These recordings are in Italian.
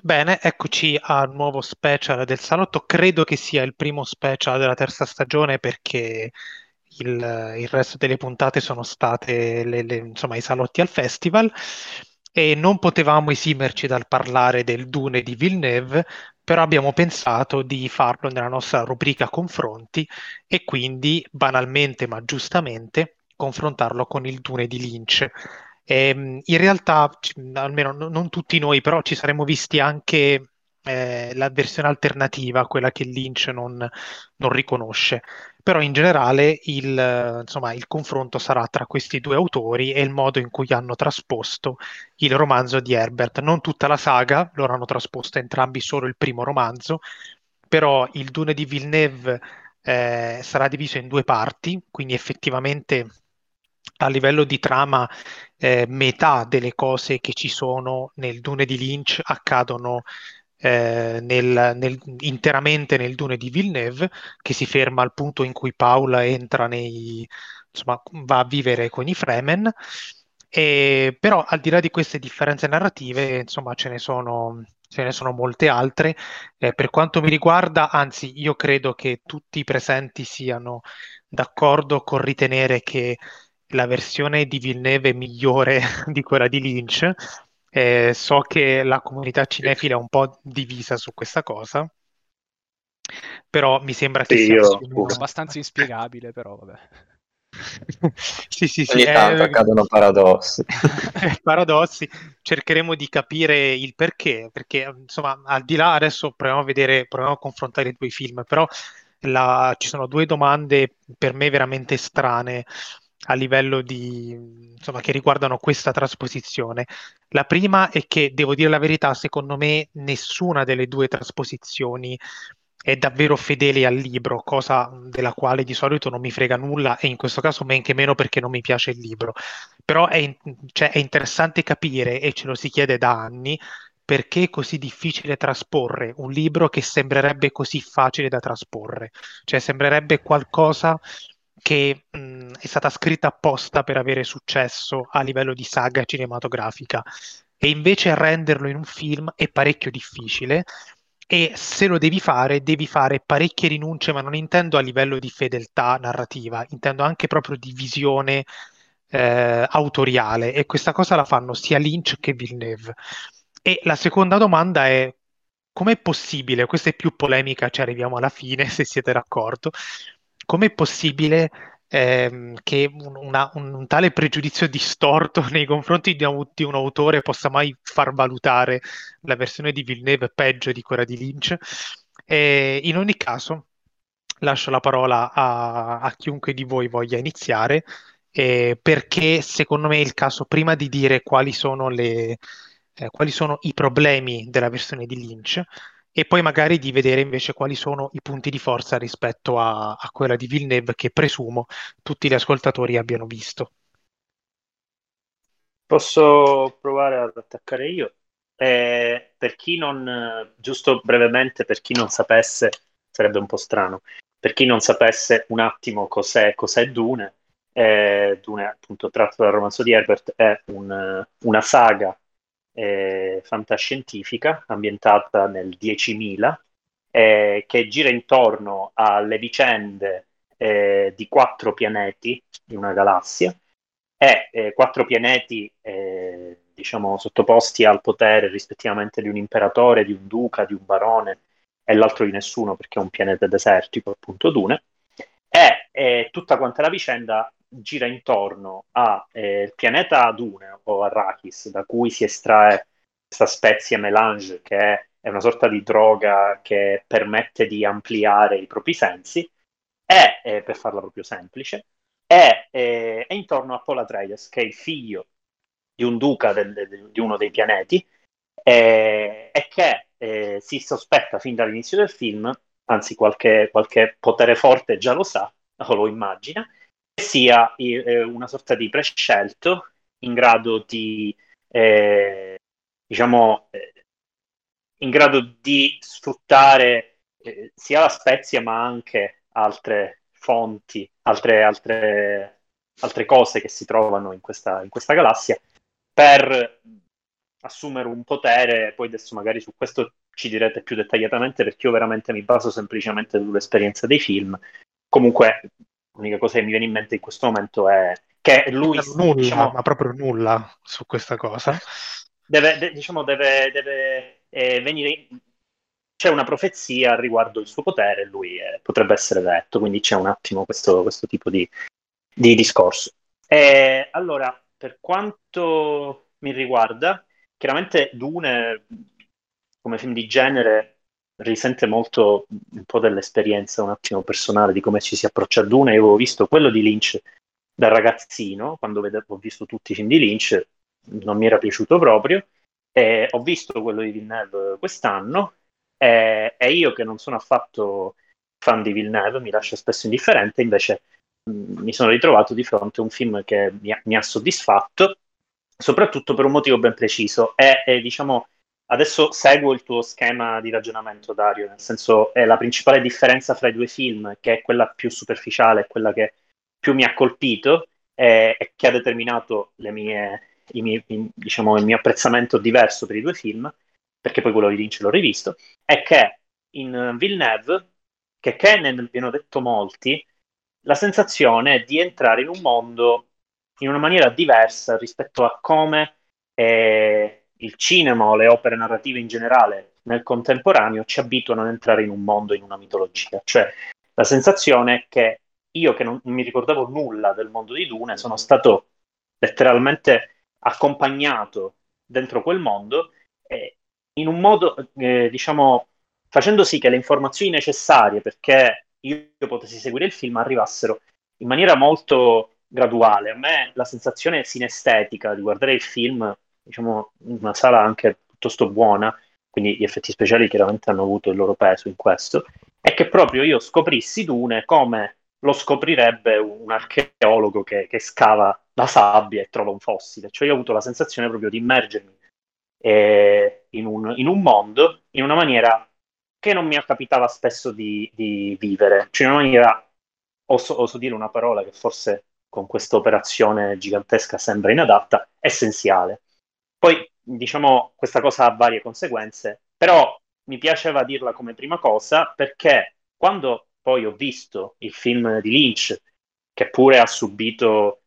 Bene, eccoci al nuovo special del Salotto. Credo che sia il primo special della terza stagione perché il resto delle puntate sono state insomma, i salotti al festival e non potevamo esimerci dal parlare del Dune di Villeneuve, però abbiamo pensato di farlo nella nostra rubrica confronti e quindi banalmente ma giustamente confrontarlo con il Dune di Lynch. In realtà, almeno non tutti noi, però ci saremmo visti anche la versione alternativa, quella che Lynch non riconosce. Però in generale insomma, il confronto sarà tra questi due autori e il modo in cui hanno trasposto il romanzo di Herbert. Non tutta la saga, loro hanno trasposto entrambi solo il primo romanzo, però il Dune di Villeneuve sarà diviso in due parti, quindi effettivamente a livello di trama metà delle cose che ci sono nel Dune di Lynch accadono interamente nel Dune di Villeneuve, che si ferma al punto in cui Paula insomma, va a vivere con i Fremen. Però al di là di queste differenze narrative, insomma, ce ne sono molte altre. Per quanto mi riguarda, anzi, io credo che tutti i presenti siano d'accordo con ritenere che la versione di Villeneuve è migliore di quella di Lynch. So che la comunità cinefila è un po' divisa su questa cosa, però mi sembra Sì, che sia io più o pure. meno... Abbastanza inspiegabile, però vabbè. Sì, sì, sì, Ogni tanto accadono paradossi. paradossi. Cercheremo di capire il perché insomma, al di là adesso proviamo a vedere, proviamo a confrontare i due film, però ci sono due domande per me veramente strane a livello insomma, che riguardano questa trasposizione. La prima è che, devo dire la verità, secondo me nessuna delle due trasposizioni è davvero fedele al libro, cosa della quale di solito non mi frega nulla e in questo caso men che meno perché non mi piace il libro. Però cioè, è interessante capire, e ce lo si chiede da anni, perché è così difficile trasporre un libro che sembrerebbe così facile da trasporre. Cioè sembrerebbe qualcosa che è stata scritta apposta per avere successo a livello di saga cinematografica e invece renderlo in un film è parecchio difficile e se lo devi fare parecchie rinunce, ma non intendo a livello di fedeltà narrativa, intendo anche proprio di visione autoriale e questa cosa la fanno sia Lynch che Villeneuve. E la seconda domanda è: com'è possibile, questa è più polemica, ci arriviamo alla fine se siete d'accordo, com'è possibile che un tale pregiudizio distorto nei confronti di un autore possa mai far valutare la versione di Villeneuve peggio di quella di Lynch? In ogni caso, lascio la parola a chiunque di voi voglia iniziare, perché secondo me è il caso prima di dire quali sono i problemi della versione di Lynch e poi magari di vedere invece quali sono i punti di forza rispetto a quella di Villeneuve che presumo tutti gli ascoltatori abbiano visto. Posso provare ad attaccare io? Per chi non, giusto brevemente, per chi non sapesse, sarebbe un po' strano, per chi non sapesse un attimo cos'è Dune, Dune appunto tratto dal romanzo di Herbert, è una saga fantascientifica ambientata nel 10.000, che gira intorno alle vicende di quattro pianeti di una galassia e quattro pianeti diciamo sottoposti al potere rispettivamente di un imperatore, di un duca, di un barone e l'altro di nessuno perché è un pianeta desertico, appunto Dune, e tutta quanta la vicenda gira intorno al pianeta Dune o Arrakis, da cui si estrae questa spezia melange che è una sorta di droga che permette di ampliare i propri sensi, e per farla proprio semplice, è intorno a Paul Atreides, che è il figlio di un duca di uno dei pianeti, e che si sospetta fin dall'inizio del film, anzi qualche potere forte già lo sa, o lo immagina, che sia una sorta di prescelto in grado diciamo, in grado di sfruttare sia la spezia ma anche altre fonti, altre cose che si trovano in questa galassia per assumere un potere. Poi adesso magari su questo ci direte più dettagliatamente, perché io veramente mi baso semplicemente sull'esperienza dei film. Comunque, l'unica cosa che mi viene in mente in questo momento è che lui, Nulla, diciamo, ma proprio nulla su questa cosa. deve venire. C'è una profezia riguardo il suo potere, lui potrebbe essere eletto, quindi c'è un attimo questo tipo di discorso. Allora, per quanto mi riguarda, chiaramente Dune, come film di genere, risente molto un po' dell'esperienza un attimo personale di come ci si approccia a Dune. Io avevo visto quello di Lynch da ragazzino, quando ho visto tutti i film di Lynch, non mi era piaciuto proprio. Ho visto quello di Villeneuve quest'anno, e io che non sono affatto fan di Villeneuve, mi lascia spesso indifferente, invece mi sono ritrovato di fronte a un film che mi ha soddisfatto, soprattutto per un motivo ben preciso. Diciamo, adesso seguo il tuo schema di ragionamento, Dario, nel senso è la principale differenza fra i due film, che è quella più superficiale, quella che più mi ha colpito e che ha determinato diciamo, il mio apprezzamento diverso per i due film, perché poi quello di Lynch l'ho rivisto, è che in Villeneuve, che ne abbiano detto molti, la sensazione è di entrare in un mondo in una maniera diversa rispetto a come il cinema o le opere narrative in generale nel contemporaneo ci abituano ad entrare in un mondo, in una mitologia. Cioè, la sensazione è che io, che non mi ricordavo nulla del mondo di Dune, sono stato letteralmente accompagnato dentro quel mondo, in un modo, diciamo, facendo sì che le informazioni necessarie perché io potessi seguire il film arrivassero in maniera molto graduale. A me la sensazione sinestetica di guardare il film, diciamo, in una sala anche piuttosto buona, quindi gli effetti speciali chiaramente hanno avuto il loro peso in questo, è che proprio io scoprissi Dune come lo scoprirebbe un archeologo che scava la sabbia e trova un fossile. Cioè io ho avuto la sensazione proprio di immergermi in un mondo in una maniera che non mi capitava spesso di vivere, cioè in una maniera, oso dire una parola che forse con questa operazione gigantesca sembra inadatta, essenziale. Poi, diciamo, questa cosa ha varie conseguenze, però mi piaceva dirla come prima cosa perché quando poi ho visto il film di Lynch, che pure ha subito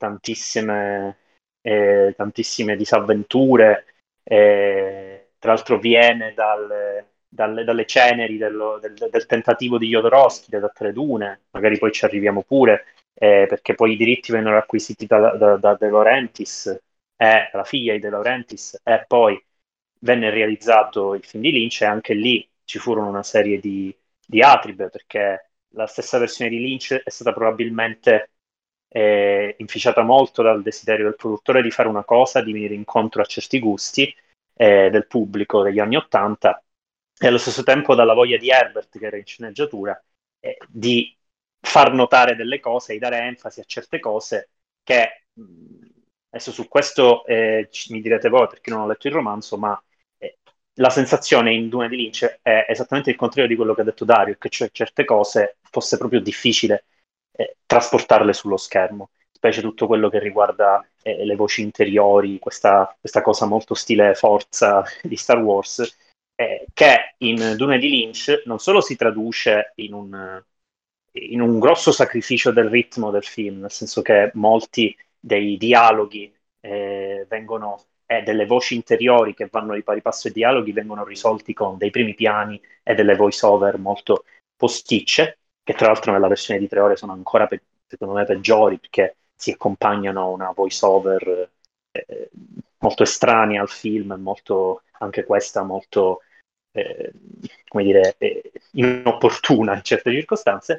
tantissime disavventure, tra l'altro viene dalle ceneri del tentativo di Jodorowsky di adattare Dune, magari poi ci arriviamo pure, perché poi i diritti vennero acquisiti da De Laurentiis, la figlia di De Laurentiis, e poi venne realizzato il film di Lynch e anche lì ci furono una serie di diatribe, perché la stessa versione di Lynch è stata probabilmente inficiata molto dal desiderio del produttore di fare una cosa, di venire incontro a certi gusti del pubblico degli anni Ottanta, e allo stesso tempo dalla voglia di Herbert, che era in sceneggiatura, di far notare delle cose, di dare enfasi a certe cose che, adesso su questo mi direte voi perché non ho letto il romanzo, ma la sensazione in Dune di Lynch è esattamente il contrario di quello che ha detto Dario, che cioè certe cose fosse proprio difficile trasportarle sullo schermo, specie tutto quello che riguarda le voci interiori, questa cosa molto stile Forza di Star Wars, che in Dune di Lynch non solo si traduce in un grosso sacrificio del ritmo del film, nel senso che molti dei dialoghi delle voci interiori che vanno di pari passo ai dialoghi vengono risolti con dei primi piani e delle voice over molto posticce, che tra l'altro nella versione di 3 ore sono ancora, secondo me, peggiori, perché si accompagnano a una voice over molto estranea al film, molto, anche questa molto, eh, come dire, inopportuna in certe circostanze.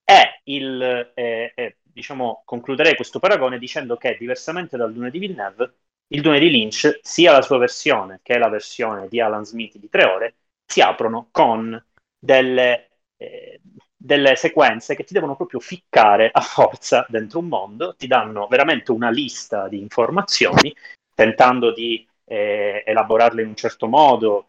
Diciamo, concluderei questo paragone dicendo che, diversamente dal Dune di Villeneuve, il Dune di Lynch, sia la sua versione che la versione di Alan Smith di 3 ore, si aprono con delle sequenze che ti devono proprio ficcare a forza dentro un mondo, ti danno veramente una lista di informazioni, tentando di elaborarle in un certo modo.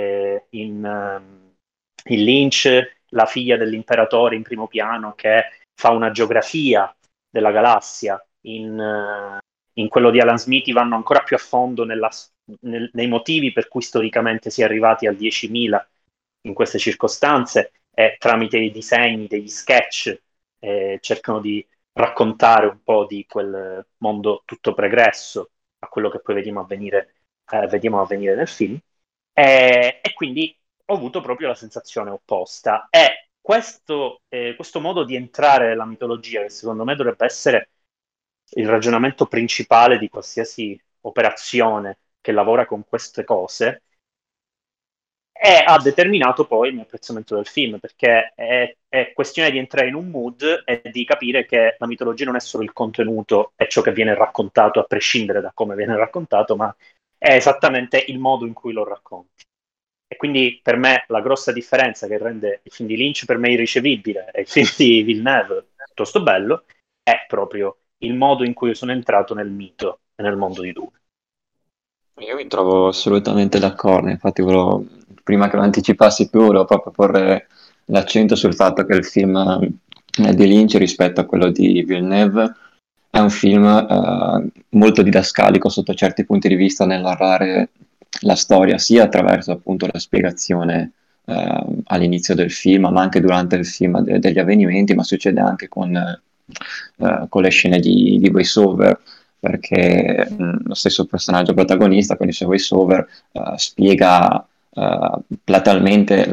In Lynch, la figlia dell'imperatore in primo piano che fa una geografia della galassia, in quello di Alan Smith vanno ancora più a fondo nei motivi per cui storicamente si è arrivati al 10.000 in queste circostanze e tramite i disegni degli sketch cercano di raccontare un po' di quel mondo tutto pregresso a quello che poi vediamo avvenire nel film. E quindi ho avuto proprio la sensazione opposta. E questo modo di entrare nella mitologia, che secondo me dovrebbe essere il ragionamento principale di qualsiasi operazione che lavora con queste cose, e ha determinato poi il mio apprezzamento del film, perché è questione di entrare in un mood e di capire che la mitologia non è solo il contenuto e ciò che viene raccontato, a prescindere da come viene raccontato, ma è esattamente il modo in cui lo racconti. E quindi per me la grossa differenza che rende il film di Lynch per me irricevibile e il film di Villeneuve piuttosto bello è proprio il modo in cui io sono entrato nel mito e nel mondo di Dune. Io mi trovo assolutamente d'accordo, infatti prima che lo anticipassi tu, volevo proprio porre l'accento sul fatto che il film di Lynch rispetto a quello di Villeneuve è un film molto didascalico sotto certi punti di vista nel narrare la storia, sia attraverso appunto la spiegazione all'inizio del film, ma anche durante il film degli avvenimenti, ma succede anche con le scene di voice-over perché lo stesso personaggio protagonista con i suoi voice-over spiega platealmente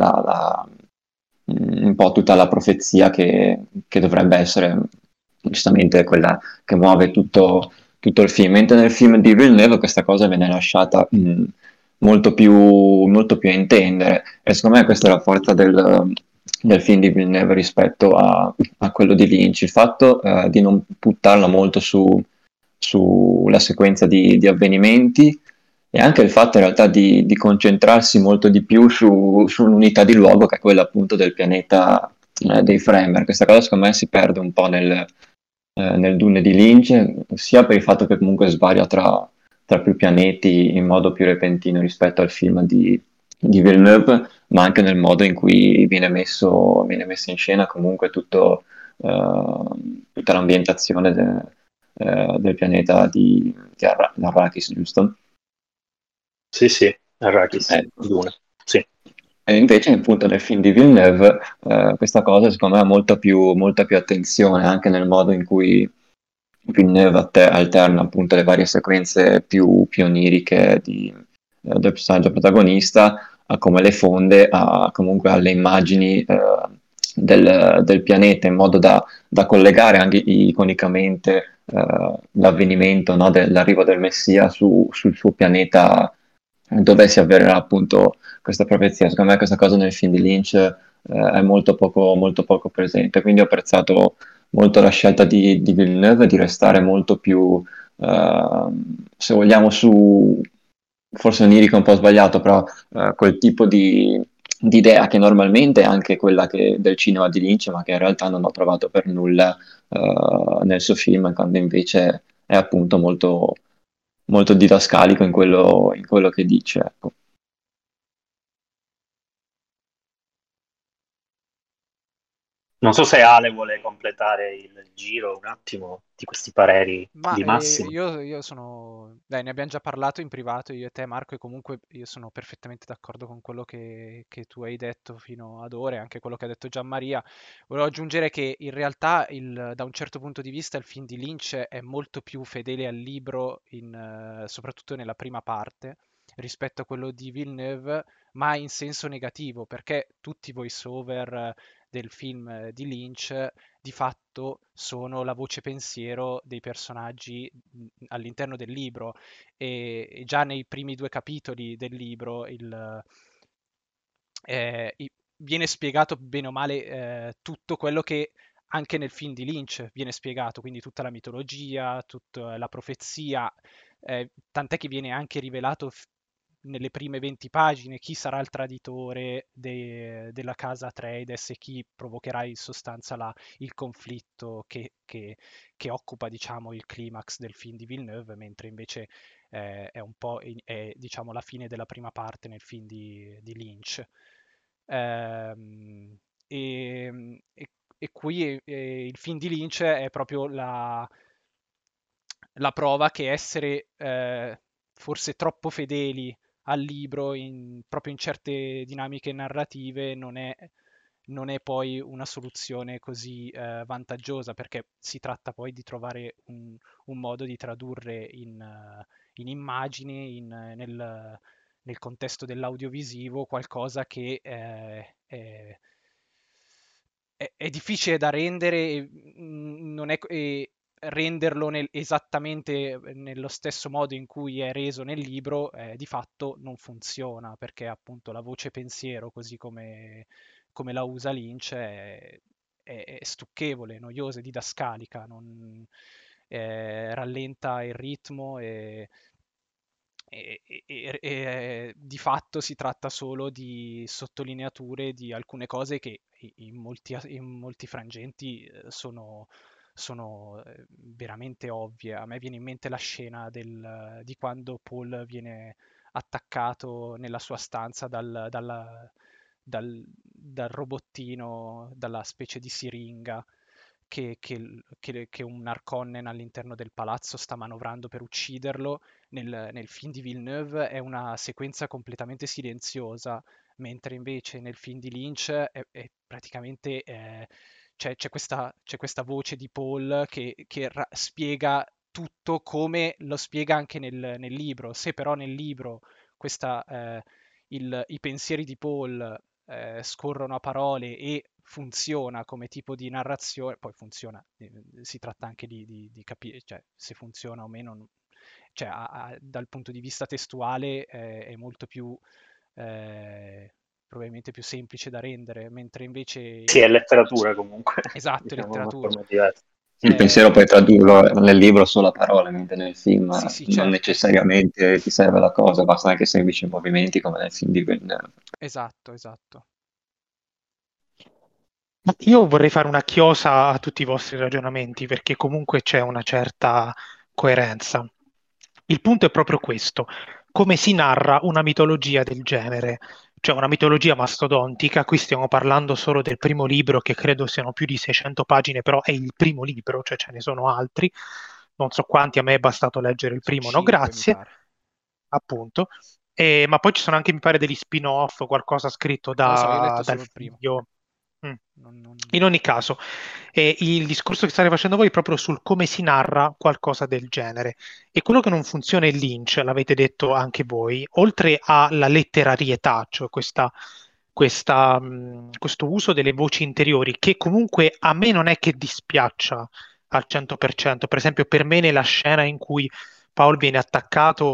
un po' tutta la profezia che dovrebbe essere giustamente quella che muove tutto il film, mentre nel film di Villeneuve questa cosa viene lasciata molto più a intendere e secondo me questa è la forza del film di Villeneuve rispetto a quello di Lynch, il fatto di non buttarla molto sulla sequenza di avvenimenti e anche il fatto in realtà di concentrarsi molto di più sull'unità di luogo che è quella appunto del pianeta dei Fremen. Questa cosa secondo me si perde un po' nel Dune di Lynch, sia per il fatto che comunque svaria tra più pianeti in modo più repentino rispetto al film di Villeneuve, ma anche nel modo in cui viene messo in scena comunque tutta l'ambientazione del pianeta di Arrakis, giusto? Sì, sì, Arrakis, Eh, Dune. Sì. E invece appunto nel film di Villeneuve questa cosa secondo me ha molta più attenzione anche nel modo in cui Villeneuve alterna appunto le varie sequenze più oniriche del personaggio protagonista a come le fonde comunque alle immagini del pianeta in modo da collegare anche iconicamente l'avvenimento, no, dell'arrivo del Messia sul suo pianeta dove si avvererà appunto questa profezia. Secondo me questa cosa nel film di Lynch è molto poco presente, quindi ho apprezzato molto la scelta di Villeneuve di restare molto più, se vogliamo, forse onirico è un po' sbagliato, però quel tipo di idea che normalmente è anche quella del cinema di Lynch, ma che in realtà non ho trovato per nulla nel suo film, quando invece è appunto molto didascalico in quello che dice. Ecco. Non so se Ale vuole completare il giro un attimo di questi pareri Ma di Massimo. io sono... Dai, ne abbiamo già parlato in privato io e te, Marco, e comunque io sono perfettamente d'accordo con quello che tu hai detto fino ad ora e anche quello che ha detto Gianmaria. Volevo aggiungere che in realtà da un certo punto di vista il film di Lynch è molto più fedele al libro, soprattutto nella prima parte, rispetto a quello di Villeneuve, ma in senso negativo, perché tutti i voice-over del film di Lynch di fatto sono la voce pensiero dei personaggi all'interno del libro e già nei primi due capitoli del libro viene spiegato bene o male tutto quello che anche nel film di Lynch viene spiegato, quindi tutta la mitologia, tutta la profezia, tant'è che viene anche rivelato nelle prime 20 pagine chi sarà il traditore della casa Atreides e chi provocherà in sostanza il conflitto che occupa, diciamo, il climax del film di Villeneuve, mentre invece è un po' diciamo, la fine della prima parte nel film di Lynch. Ehm, e qui il film di Lynch è proprio la prova che essere forse troppo fedeli al libro proprio in certe dinamiche narrative non è poi una soluzione così vantaggiosa, perché si tratta poi di trovare un modo di tradurre in immagini, nel contesto dell'audiovisivo, qualcosa che è difficile da rendere non è, e renderlo esattamente nello stesso modo in cui è reso nel libro, di fatto non funziona, perché appunto la voce pensiero, così come la usa Lynch, è stucchevole, noiosa e didascalica, rallenta il ritmo e di fatto si tratta solo di sottolineature di alcune cose che in molti frangenti sono veramente ovvie. A me viene in mente la scena di quando Paul viene attaccato nella sua stanza dal robottino, dalla specie di siringa che un Harkonnen all'interno del palazzo sta manovrando per ucciderlo. Nel film di Villeneuve è una sequenza completamente silenziosa, mentre invece nel film di Lynch è praticamente c'è questa voce di Paul che spiega tutto come lo spiega anche nel libro. Se però nel libro i pensieri di Paul scorrono a parole e funziona come tipo di narrazione, poi funziona, si tratta anche di capire, cioè, se funziona o meno, cioè, dal punto di vista testuale è molto più, probabilmente più semplice da rendere, mentre invece... Sì, è letteratura comunque, Esatto, è diciamo una letteratura. forma diversa. Il pensiero puoi tradurlo nel libro solo a parole, mentre nel film Sì, sì, non certo. necessariamente ti serve la cosa, basta anche semplici movimenti come nel film di Villeneuve. Esatto, esatto. Ma io vorrei fare una chiosa a tutti i vostri ragionamenti perché comunque c'è una certa coerenza. Il punto è proprio questo: come si narra una mitologia del genere, cioè una mitologia mastodontica. Qui stiamo parlando solo del primo libro, che credo siano più di 600 pagine, però è il primo libro, cioè ce ne sono altri. Non so quanti, a me è bastato leggere il Sono primo, no 5, mi grazie, pare. appunto. Ma poi ci sono anche, mi pare, degli spin-off, qualcosa scritto Non lo so, io ho letto dal solo il primo. figlio. Mm. Non- In ogni caso, il discorso che state facendo voi è proprio sul come si narra qualcosa del genere. E quello che non funziona è Lynch, l'avete detto anche voi, oltre alla letterarietà, cioè questo uso delle voci interiori, che comunque a me non è che dispiaccia al 100%. Per esempio, per me nella scena in cui Paul viene attaccato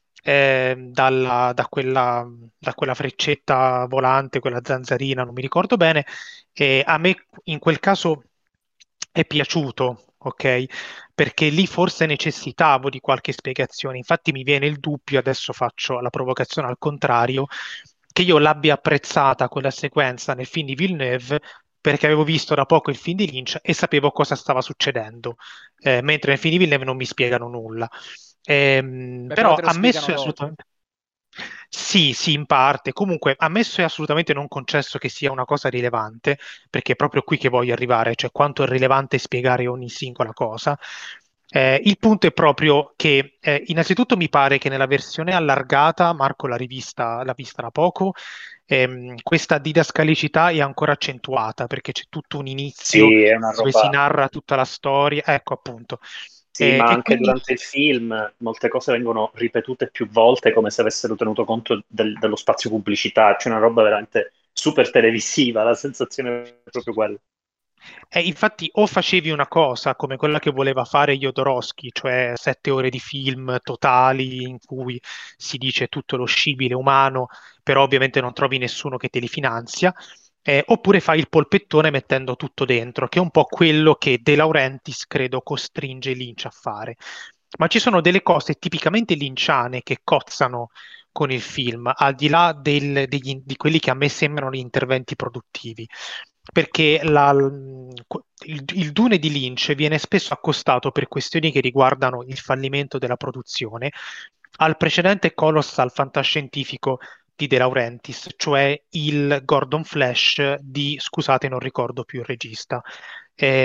da quella freccetta volante, quella zanzarina, non mi ricordo bene, a me in quel caso è piaciuto, ok? Perché lì forse necessitavo di qualche spiegazione. Infatti mi viene il dubbio, adesso faccio la provocazione al contrario, che io l'abbia apprezzata quella sequenza nel film di Villeneuve perché avevo visto da poco il film di Lynch e sapevo cosa stava succedendo, mentre nel film di Villeneuve non mi spiegano nulla. Beh, però Però te lo spiegano ammesso è dopo. assolutamente... Sì, sì, in parte. Comunque, ammesso è assolutamente non concesso che sia una cosa rilevante, perché è proprio qui che voglio arrivare, cioè quanto è rilevante spiegare ogni singola cosa. Il punto è proprio che, innanzitutto, mi pare che nella versione allargata, Marco l'ha vista da poco, questa didascalicità è ancora accentuata perché c'è tutto un inizio Sì, è una dove si roba. narra tutta la storia, ecco appunto. Sì, ma E anche quindi durante il film molte cose vengono ripetute più volte come se avessero tenuto conto dello spazio pubblicità, c'è una roba veramente super televisiva, la sensazione è proprio quella. infatti o facevi una cosa come quella che voleva fare Jodorowsky, cioè 7 ore di film totali in cui si dice tutto lo scibile umano, però ovviamente non trovi nessuno che te li finanzia, oppure fai il polpettone mettendo tutto dentro, che è un po' quello che De Laurentiis credo costringe Lynch a fare. Ma ci sono delle cose tipicamente linciane che cozzano con il film, al di là di quelli che a me sembrano gli interventi produttivi. Perché il Dune di Lynch viene spesso accostato per questioni che riguardano il fallimento della produzione al precedente colossal fantascientifico di De Laurentiis, cioè il Gordon Flash di, scusate, non ricordo più il regista.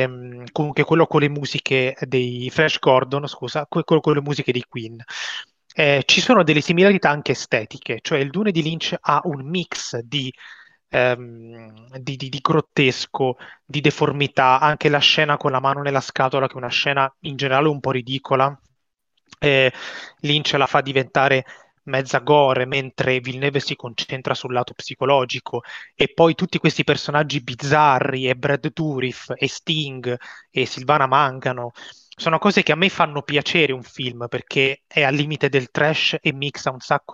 Comunque quello con le musiche dei Flash Gordon, scusa, quello con le musiche dei Queen. Ci sono delle similarità anche estetiche, cioè il Dune di Lynch ha un mix di grottesco, di deformità, anche la scena con la mano nella scatola, che è una scena in generale un po' ridicola. Lynch la fa diventare mezza gore, mentre Villeneuve si concentra sul lato psicologico, e poi tutti questi personaggi bizzarri, e Brad Dourif, e Sting, e Silvana Mangano, sono cose che a me fanno piacere un film, perché è al limite del trash e mixa un sacco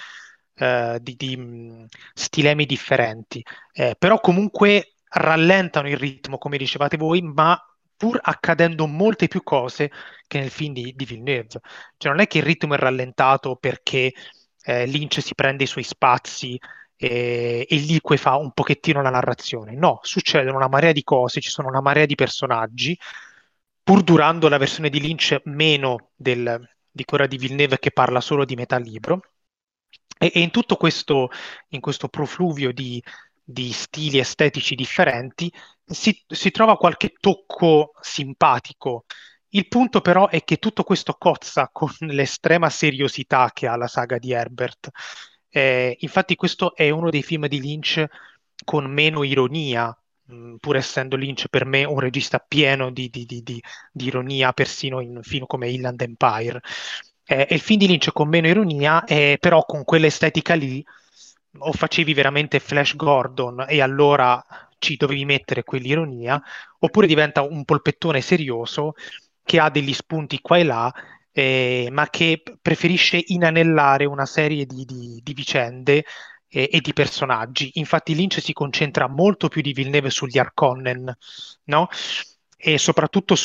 di stilemi differenti. Però comunque rallentano il ritmo, come dicevate voi, ma pur accadendo molte più cose che nel film di Villeneuve. Cioè non è che il ritmo è rallentato perché Lynch si prende i suoi spazi e liquefa un pochettino la narrazione. No, succedono una marea di cose, ci sono una marea di personaggi, pur durando la versione di Lynch meno di quella di Villeneuve, che parla solo di metà libro. E in questo profluvio di stili estetici differenti si trova qualche tocco simpatico. Il punto però è che tutto questo cozza con l'estrema seriosità che ha la saga di Herbert. Infatti questo è uno dei film di Lynch con meno ironia, pur essendo Lynch per me un regista pieno di ironia, persino in film come Inland Empire. È il film di Lynch con meno ironia, però con quell'estetica lì o facevi veramente Flash Gordon e allora ci dovevi mettere quell'ironia, oppure diventa un polpettone serioso che ha degli spunti qua e là, ma che preferisce inanellare una serie di vicende e di personaggi. Infatti Lynch si concentra molto più di Villeneuve sugli Harkonnen, no? E soprattutto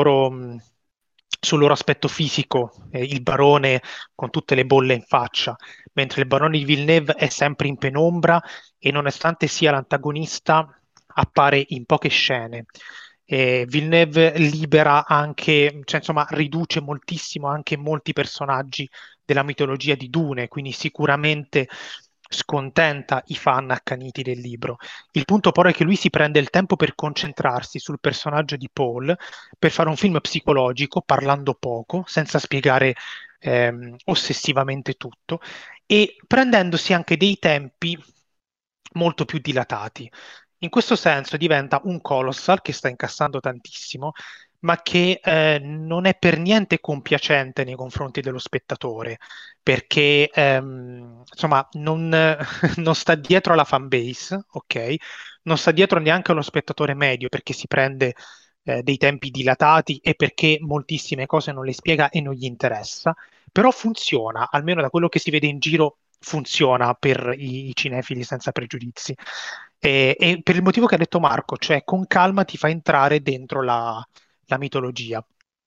sul loro aspetto fisico, il barone con tutte le bolle in faccia, mentre il barone di Villeneuve è sempre in penombra e nonostante sia l'antagonista appare in poche scene. Villeneuve libera anche, cioè insomma riduce moltissimo anche molti personaggi della mitologia di Dune, quindi sicuramente scontenta i fan accaniti del libro. Il punto però è che lui si prende il tempo per concentrarsi sul personaggio di Paul, per fare un film psicologico, parlando poco, senza spiegare ossessivamente tutto, e prendendosi anche dei tempi molto più dilatati. In questo senso diventa un Colossal che sta incassando tantissimo, ma che non è per niente compiacente nei confronti dello spettatore, perché insomma non sta dietro alla fan base, ok? Non sta dietro neanche allo spettatore medio, perché si prende dei tempi dilatati e perché moltissime cose non le spiega e non gli interessa, però funziona, almeno da quello che si vede in giro, funziona per i cinefili senza pregiudizi. E per il motivo che ha detto Marco, cioè con calma ti fa entrare dentro la mitologia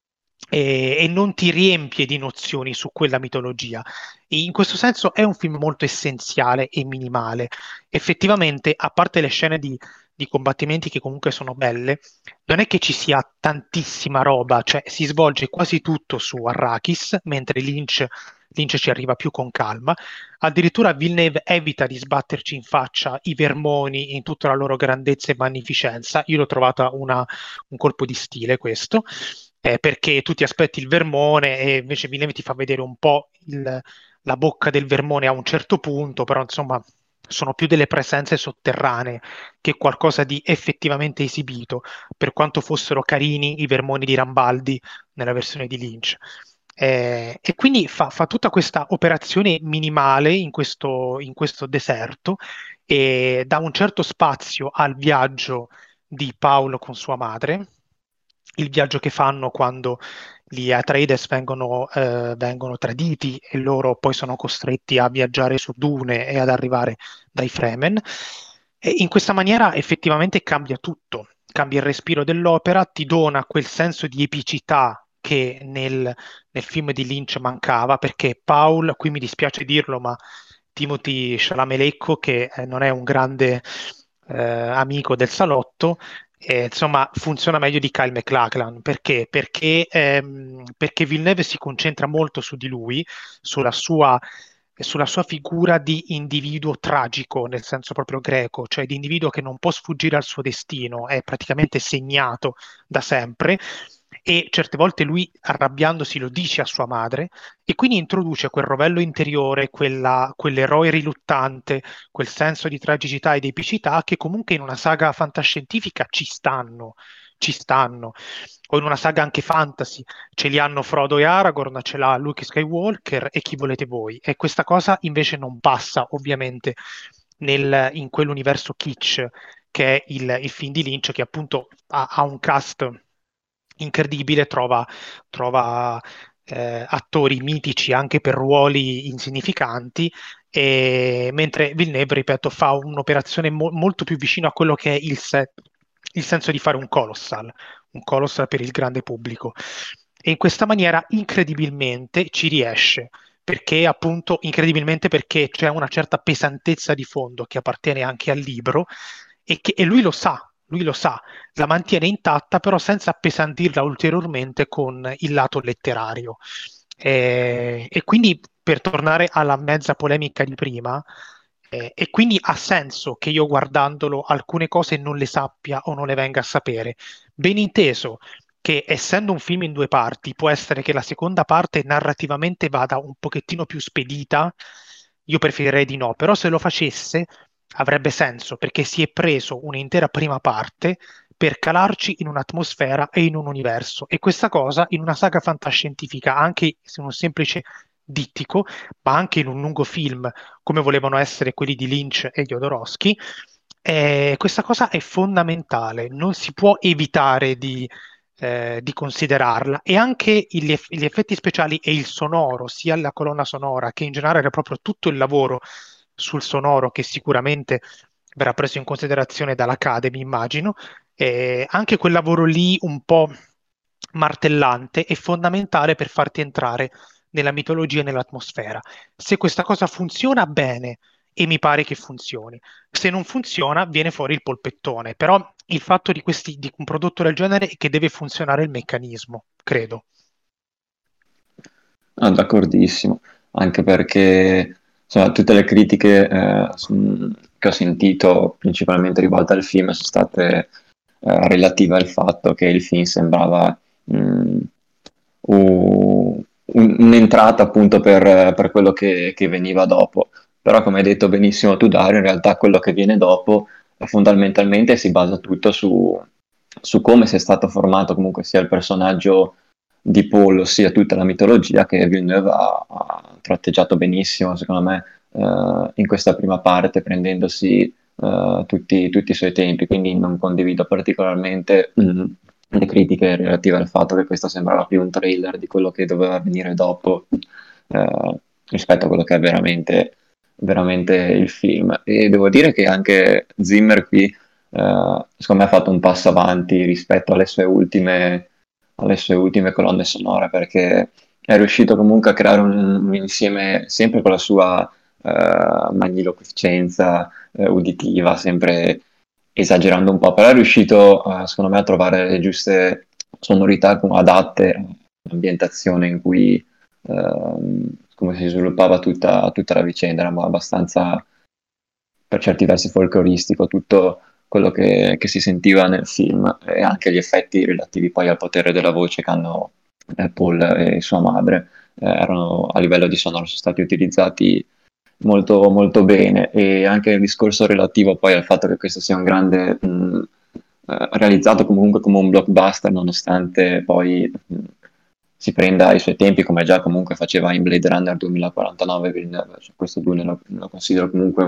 e non ti riempie di nozioni su quella mitologia. E in questo senso è un film molto essenziale e minimale. Effettivamente, a parte le scene di combattimenti che comunque sono belle, non è che ci sia tantissima roba, cioè si svolge quasi tutto su Arrakis, mentre Lynch ci arriva più con calma. Addirittura Villeneuve evita di sbatterci in faccia i vermoni in tutta la loro grandezza e magnificenza. Io l'ho trovata un colpo di stile questo, perché tu ti aspetti il vermone e invece Villeneuve ti fa vedere un po' la bocca del vermone a un certo punto, però insomma sono più delle presenze sotterranee che qualcosa di effettivamente esibito, per quanto fossero carini i vermoni di Rambaldi nella versione di Lynch. E quindi fa tutta questa operazione minimale in questo deserto e dà un certo spazio al viaggio di Paolo con sua madre, il viaggio che fanno quando gli Atreides vengono traditi e loro poi sono costretti a viaggiare su dune e ad arrivare dai Fremen. E in questa maniera effettivamente cambia tutto, cambia il respiro dell'opera, ti dona quel senso di epicità che nel film di Lynch mancava, perché Paul, qui mi dispiace dirlo, ma Timothy Chalamet, che non è un grande amico del salotto, insomma, funziona meglio di Kyle MacLachlan. Perché? Perché Villeneuve si concentra molto su di lui, sulla sua figura di individuo tragico, nel senso proprio greco, cioè di individuo che non può sfuggire al suo destino, è praticamente segnato da sempre. e certe volte lui, arrabbiandosi, lo dice a sua madre, e quindi introduce quel rovello interiore, quell'eroe riluttante, quel senso di tragicità ed epicità che comunque in una saga fantascientifica ci stanno, o in una saga anche fantasy, ce li hanno Frodo e Aragorn, ce l'ha Luke Skywalker e chi volete voi, e questa cosa invece non passa ovviamente in quell'universo kitsch che è il film di Lynch, che appunto ha un cast incredibile, trova attori mitici anche per ruoli insignificanti, mentre Villeneuve, ripeto, fa un'operazione molto più vicino a quello che è il senso di fare un colossal per il grande pubblico. E in questa maniera incredibilmente ci riesce, perché appunto incredibilmente perché c'è una certa pesantezza di fondo che appartiene anche al libro e lui lo sa, la mantiene intatta però senza appesantirla ulteriormente con il lato letterario. E quindi per tornare alla mezza polemica di prima, e quindi ha senso che io guardandolo alcune cose non le sappia o non le venga a sapere. Ben inteso che essendo un film in due parti, può essere che la seconda parte narrativamente vada un pochettino più spedita, io preferirei di no, però se lo facesse avrebbe senso perché si è preso un'intera prima parte per calarci in un'atmosfera e in un universo e questa cosa in una saga fantascientifica, anche se un semplice dittico, ma anche in un lungo film come volevano essere quelli di Lynch e Jodorowsky, questa cosa è fondamentale, non si può evitare di considerarla e anche gli effetti speciali e il sonoro, sia la colonna sonora che in generale proprio tutto il lavoro sul sonoro che sicuramente verrà preso in considerazione dall'Academy, immagino, anche quel lavoro lì un po' martellante è fondamentale per farti entrare nella mitologia e nell'atmosfera. Se questa cosa funziona bene, e mi pare che funzioni, se non funziona viene fuori il polpettone, però il fatto di un prodotto del genere è che deve funzionare il meccanismo, credo. Ah, d'accordissimo, anche perché insomma, tutte le critiche che ho sentito principalmente rivolte al film sono state relative al fatto che il film sembrava mh, un'entrata appunto per quello che veniva dopo. Però come hai detto benissimo tu Dario, in realtà quello che viene dopo fondamentalmente si basa tutto su come sia stato formato comunque sia il personaggio di Paul, ossia tutta la mitologia che Villeneuve ha tratteggiato benissimo, secondo me, in questa prima parte, prendendosi tutti i suoi tempi, quindi non condivido particolarmente le critiche relative al fatto che questo sembrava più un trailer di quello che doveva venire dopo rispetto a quello che è veramente il film. E devo dire che anche Zimmer qui, secondo me, ha fatto un passo avanti rispetto alle sue ultime colonne sonore perché è riuscito comunque a creare un insieme sempre con la sua magniloquenza uditiva, sempre esagerando un po', però è riuscito secondo me a trovare le giuste sonorità adatte all'ambientazione in cui come si sviluppava tutta la vicenda, era abbastanza per certi versi folcloristico tutto quello che si sentiva nel film e anche gli effetti relativi poi al potere della voce che hanno Paul e sua madre erano a livello di sonoro sono stati utilizzati molto, molto bene e anche il discorso relativo poi al fatto che questo sia un grande realizzato comunque come un blockbuster nonostante poi si prenda i suoi tempi come già comunque faceva in Blade Runner 2049 Villeneuve, cioè, questo 2 lo considero comunque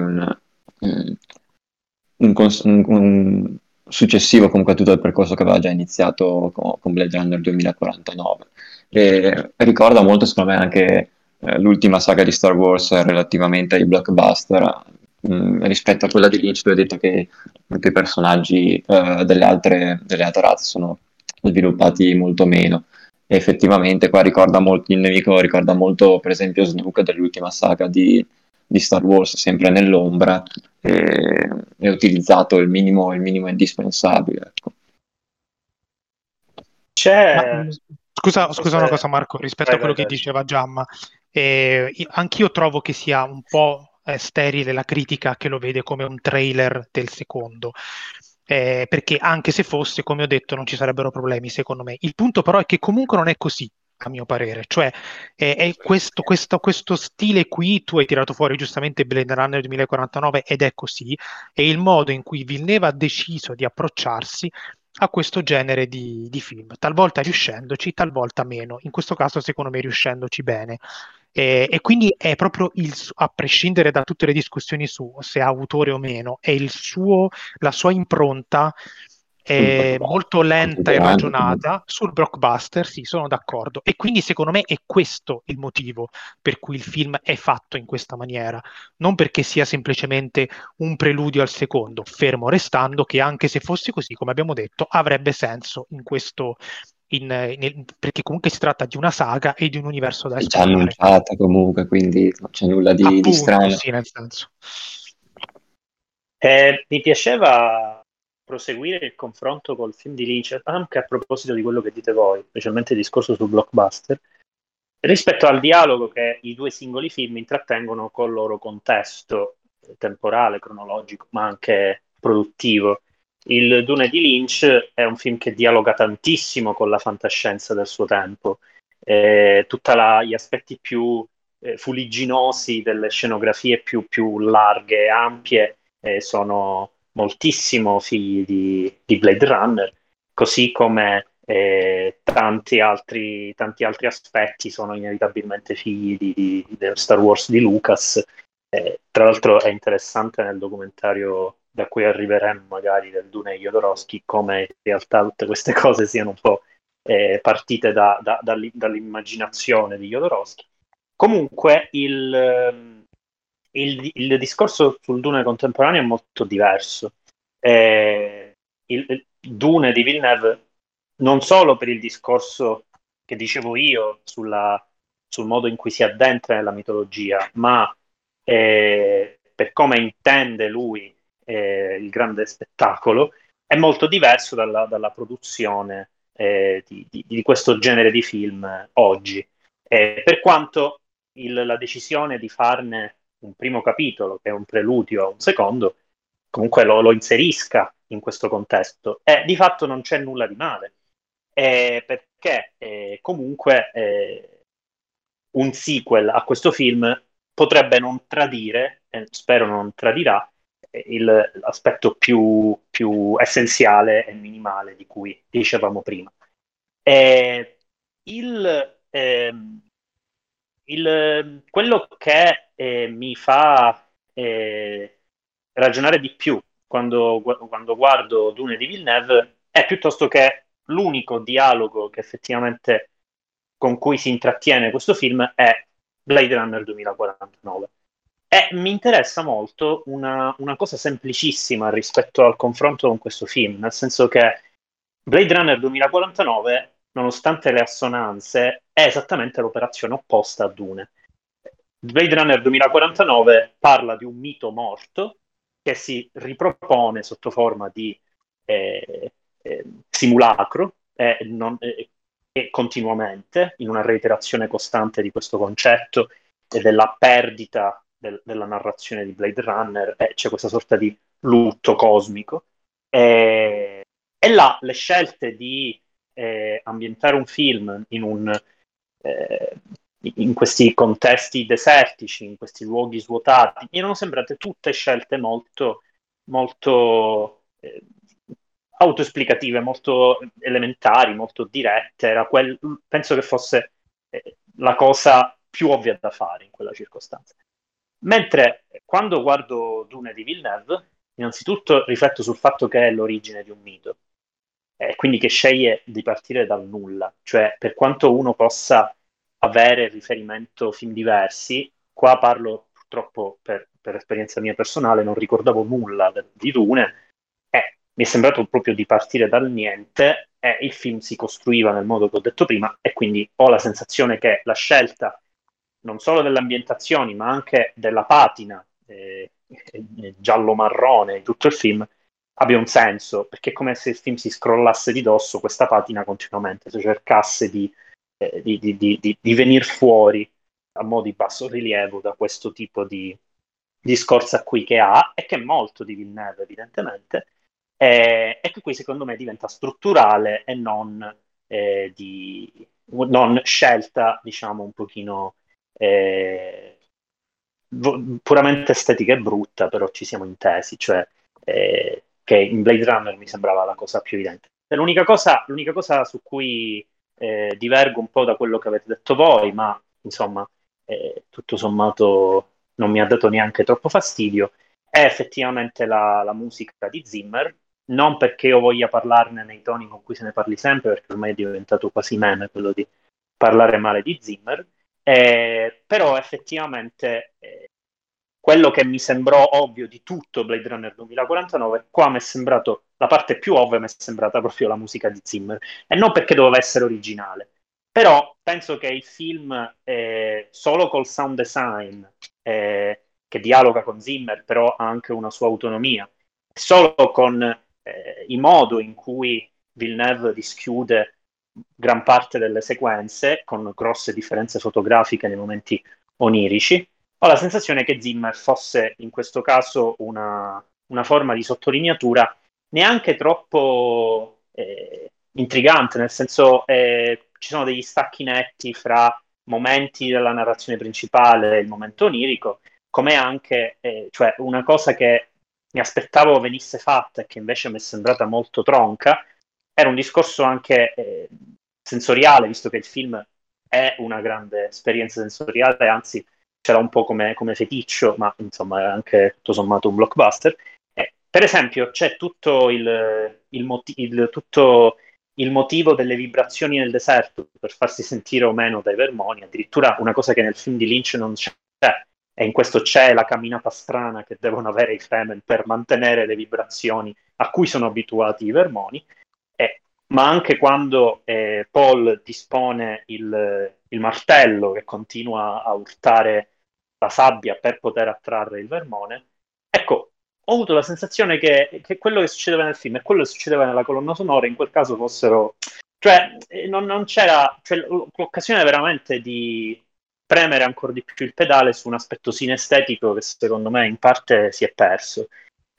un successivo comunque a tutto il percorso che aveva già iniziato con Blade Runner 2049 e ricorda molto secondo me anche l'ultima saga di Star Wars relativamente ai blockbuster rispetto a quella di Lynch dove ha detto che i personaggi delle altre razze sono sviluppati molto meno e effettivamente qua ricorda molto il nemico, ricorda molto per esempio Snoke dell'ultima saga di Star Wars sempre nell'ombra e utilizzato il minimo indispensabile, ecco. C'è... non so Scusa una se... cosa Marco, rispetto Vai, a quello vai, che vai. diceva Giamma, anch'io trovo che sia un po' sterile la critica che lo vede come un trailer del secondo. perché anche se fosse, come ho detto, non ci sarebbero problemi, secondo me. Il punto però è che comunque non è così, a mio parere, cioè è questo stile qui, tu hai tirato fuori giustamente Blade Runner 2049 ed è così, è il modo in cui Villeneuve ha deciso di approcciarsi a questo genere di film, talvolta riuscendoci, talvolta meno, in questo caso secondo me riuscendoci bene. E quindi è proprio a prescindere da tutte le discussioni su se ha autore o meno, è la sua impronta sul è molto blockbuster lenta e contemporaneo comunque. ragionata sul blockbuster, sì, sono d'accordo. E quindi secondo me è questo il motivo per cui il film è fatto in questa maniera, non perché sia semplicemente un preludio al secondo, fermo restando che anche se fosse così, come abbiamo detto, avrebbe senso in questo, perché comunque si tratta di una saga e di un universo da È già esplorare. annunciata comunque, quindi non c'è nulla di Appunto, strano. sì, nel senso. Mi piaceva proseguire il confronto col film di Lynch, anche a proposito di quello che dite voi, specialmente il discorso sul blockbuster, rispetto al dialogo che i due singoli film intrattengono col loro contesto temporale, cronologico, ma anche produttivo. Il Dune di Lynch è un film che dialoga tantissimo con la fantascienza del suo tempo, tutti gli aspetti più fuligginosi delle scenografie più larghe e ampie sono moltissimo figli di Blade Runner, così come tanti altri aspetti sono inevitabilmente figli di Star Wars di Lucas. Tra l'altro è interessante nel documentario da cui arriveremo magari del Dune e Jodorowsky come in realtà tutte queste cose siano un po' partite dall'immaginazione di Jodorowsky. Comunque il discorso sul Dune contemporaneo è molto diverso. Il Dune di Villeneuve, non solo per il discorso che dicevo io sul modo in cui si addentra nella mitologia, ma per come intende lui il grande spettacolo, è molto diverso dalla produzione di questo genere di film oggi. Per quanto la decisione di farne un primo capitolo, che è un preludio a un secondo, comunque lo inserisca in questo contesto. E di fatto non c'è nulla di male, perché comunque un sequel a questo film potrebbe non tradire, spero non tradirà, l'aspetto più essenziale e minimale di cui dicevamo prima. Eh, il, ehm, quello che mi fa ragionare di più quando guardo Dune di Villeneuve è piuttosto che l'unico dialogo che effettivamente con cui si intrattiene questo film è Blade Runner 2049. E mi interessa molto una cosa semplicissima rispetto al confronto con questo film, nel senso che Blade Runner 2049, nonostante le assonanze, è esattamente l'operazione opposta a Dune. Blade Runner 2049 parla di un mito morto che si ripropone sotto forma di simulacro e continuamente, in una reiterazione costante di questo concetto e della perdita della narrazione di Blade Runner, c'è questa sorta di lutto cosmico. E là le scelte di ambientare un film eh, in questi contesti desertici, in questi luoghi svuotati, mi erano sembrate tutte scelte molto autoesplicative, molto elementari, molto dirette. Penso che fosse la cosa più ovvia da fare in quella circostanza. Mentre quando guardo Dune di Villeneuve, innanzitutto rifletto sul fatto che è l'origine di un mito, quindi che sceglie di partire dal nulla, cioè per quanto uno possa avere riferimento film diversi, qua parlo purtroppo per esperienza mia personale, non ricordavo nulla di Dune, mi è sembrato proprio di partire dal niente e il film si costruiva nel modo che ho detto prima e quindi ho la sensazione che la scelta non solo delle ambientazioni ma anche della patina giallo-marrone di tutto il film abbia un senso, perché è come se il film si scrollasse di dosso questa patina continuamente, se cercasse di venire fuori a mo' di basso rilievo da questo tipo di discorso qui che ha, e che è molto di Villeneuve evidentemente, e che qui secondo me diventa strutturale e non scelta, diciamo, un pochino puramente estetica e brutta, però ci siamo intesi, cioè che in Blade Runner mi sembrava la cosa più evidente. E l'unica cosa su cui divergo un po' da quello che avete detto voi, ma insomma, tutto sommato non mi ha dato neanche troppo fastidio, è effettivamente la musica di Zimmer, non perché io voglia parlarne nei toni con cui se ne parli sempre, perché ormai è diventato quasi meme quello di parlare male di Zimmer, però effettivamente quello che mi sembrò ovvio di tutto Blade Runner 2049, qua mi è sembrato, la parte più ovvia mi è sembrata proprio la musica di Zimmer, e non perché doveva essere originale, però penso che il film, solo col sound design, che dialoga con Zimmer, però ha anche una sua autonomia, solo con il modo in cui Villeneuve dischiude gran parte delle sequenze, con grosse differenze fotografiche nei momenti onirici, ho la sensazione che Zimmer fosse in questo caso una forma di sottolineatura neanche troppo intrigante, nel senso ci sono degli stacchi netti fra momenti della narrazione principale e il momento onirico, come anche cioè una cosa che mi aspettavo venisse fatta e che invece mi è sembrata molto tronca, era un discorso anche sensoriale, visto che il film è una grande esperienza sensoriale, anzi ce l'ha un po' come feticcio, ma insomma è anche tutto sommato un blockbuster. Per esempio, c'è tutto tutto il motivo delle vibrazioni nel deserto per farsi sentire o meno dai vermoni, addirittura una cosa che nel film di Lynch non c'è, e in questo c'è la camminata strana che devono avere i Fremen per mantenere le vibrazioni a cui sono abituati i vermoni, ma anche quando Paul dispone il martello che continua a urtare la sabbia per poter attrarre il vermone. Ecco, ho avuto la sensazione che quello che succedeva nel film e quello che succedeva nella colonna sonora in quel caso fossero... Cioè, non c'era... Cioè, l'occasione veramente di premere ancora di più il pedale su un aspetto sinestetico che secondo me in parte si è perso.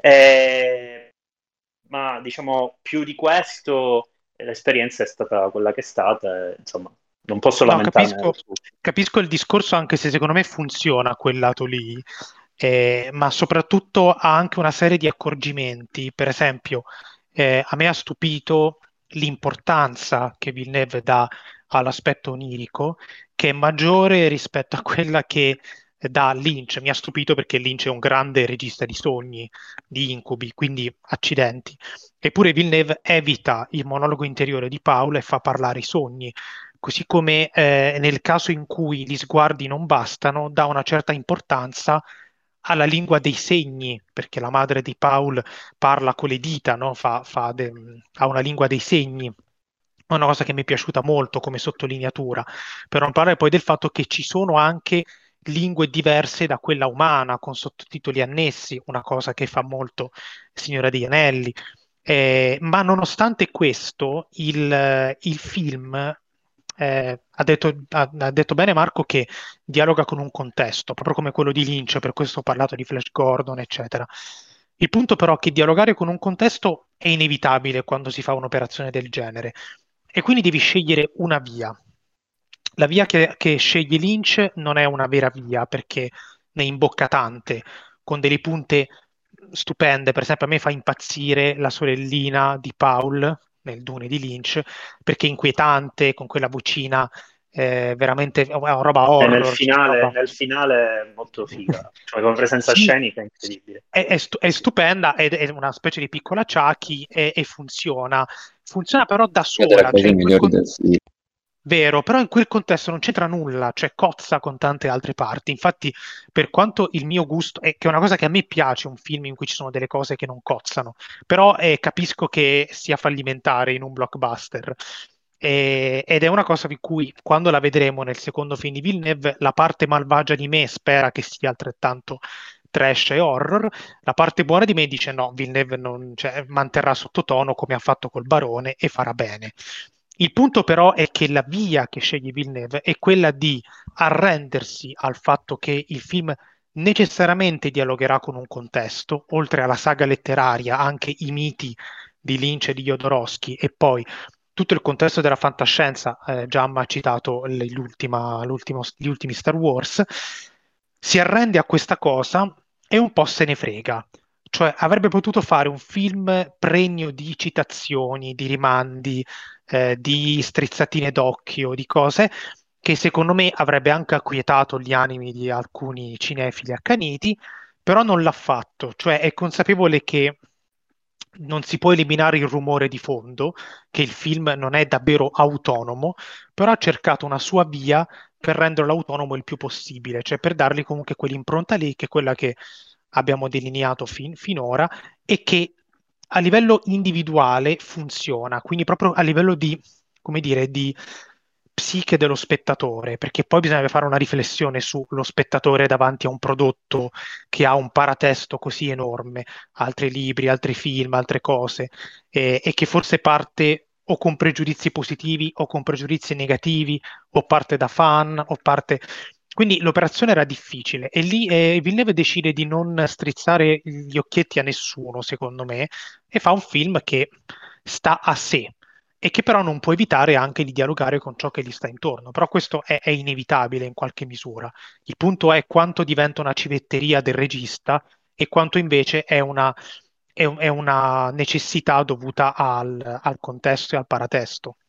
Ma diciamo, più di questo l'esperienza è stata quella che è stata, insomma, non posso No, lamentarmene. capisco il discorso, anche se secondo me funziona quel lato lì, ma soprattutto ha anche una serie di accorgimenti. Per esempio, a me ha stupito l'importanza che Villeneuve dà all'aspetto onirico, che è maggiore rispetto a quella che dà Lynch. Mi ha stupito perché Lynch è un grande regista di sogni, di incubi, quindi accidenti. Eppure Villeneuve evita il monologo interiore di Paolo e fa parlare i sogni, così come nel caso in cui gli sguardi non bastano, dà una certa importanza alla lingua dei segni, perché la madre di Paul parla con le dita, no? Ha una lingua dei segni. È una cosa che mi è piaciuta molto come sottolineatura, per non parlare poi del fatto che ci sono anche lingue diverse da quella umana, con sottotitoli annessi, una cosa che fa molto Signora degli Anelli. Ma nonostante questo, il film ha detto bene Marco che dialoga con un contesto, proprio come quello di Lynch, per questo ho parlato di Flash Gordon, eccetera. Il punto però è che dialogare con un contesto è inevitabile quando si fa un'operazione del genere e quindi devi scegliere una via. La via che sceglie Lynch non è una vera via perché ne imbocca tante, con delle punte stupende. Per esempio, a me fa impazzire la sorellina di Paul nel Dune di Lynch perché è inquietante, con quella vocina veramente è una roba E horror. Cioè, roba... nel finale è molto figa, cioè come presenza Sì, scenica è incredibile. è stupenda, è una specie di piccola Chucky e funziona. Funziona però da Una delle sola, cose cioè migliori del film. vero, però in quel contesto non c'entra nulla, cioè cozza con tante altre parti. Infatti, per quanto il mio gusto, è che è una cosa che a me piace, un film in cui ci sono delle cose che non cozzano, però capisco che sia fallimentare in un blockbuster. Ed è una cosa di cui, quando la vedremo nel secondo film di Villeneuve, la parte malvagia di me spera che sia altrettanto trash e horror. La parte buona di me dice no, Villeneuve cioè, manterrà sottotono come ha fatto col Barone e farà bene. Il punto però è che la via che sceglie Villeneuve è quella di arrendersi al fatto che il film necessariamente dialogherà con un contesto, oltre alla saga letteraria, anche i miti di Lynch e di Jodorowsky, e poi tutto il contesto della fantascienza. Giamma ha citato gli ultimi Star Wars. Si arrende a questa cosa e un po' se ne frega. Cioè, avrebbe potuto fare un film pregno di citazioni, di rimandi, di strizzatine d'occhio, di cose che secondo me avrebbe anche acquietato gli animi di alcuni cinefili accaniti, però non l'ha fatto. Cioè, è consapevole che non si può eliminare il rumore di fondo, che il film non è davvero autonomo, però ha cercato una sua via per renderlo autonomo il più possibile, cioè per dargli comunque quell'impronta lì, che è quella che abbiamo delineato finora, e che a livello individuale funziona, quindi proprio a livello di, come dire, di psiche dello spettatore, perché poi bisogna fare una riflessione sullo spettatore davanti a un prodotto che ha un paratesto così enorme, altri libri, altri film, altre cose, e che forse parte o con pregiudizi positivi o con pregiudizi negativi, o parte da fan, o parte... Quindi l'operazione era difficile e lì Villeneuve decide di non strizzare gli occhietti a nessuno, secondo me, e fa un film che sta a sé e che però non può evitare anche di dialogare con ciò che gli sta intorno. Però questo è inevitabile in qualche misura. Il punto è quanto diventa una civetteria del regista e quanto invece è una necessità dovuta al contesto e al paratesto.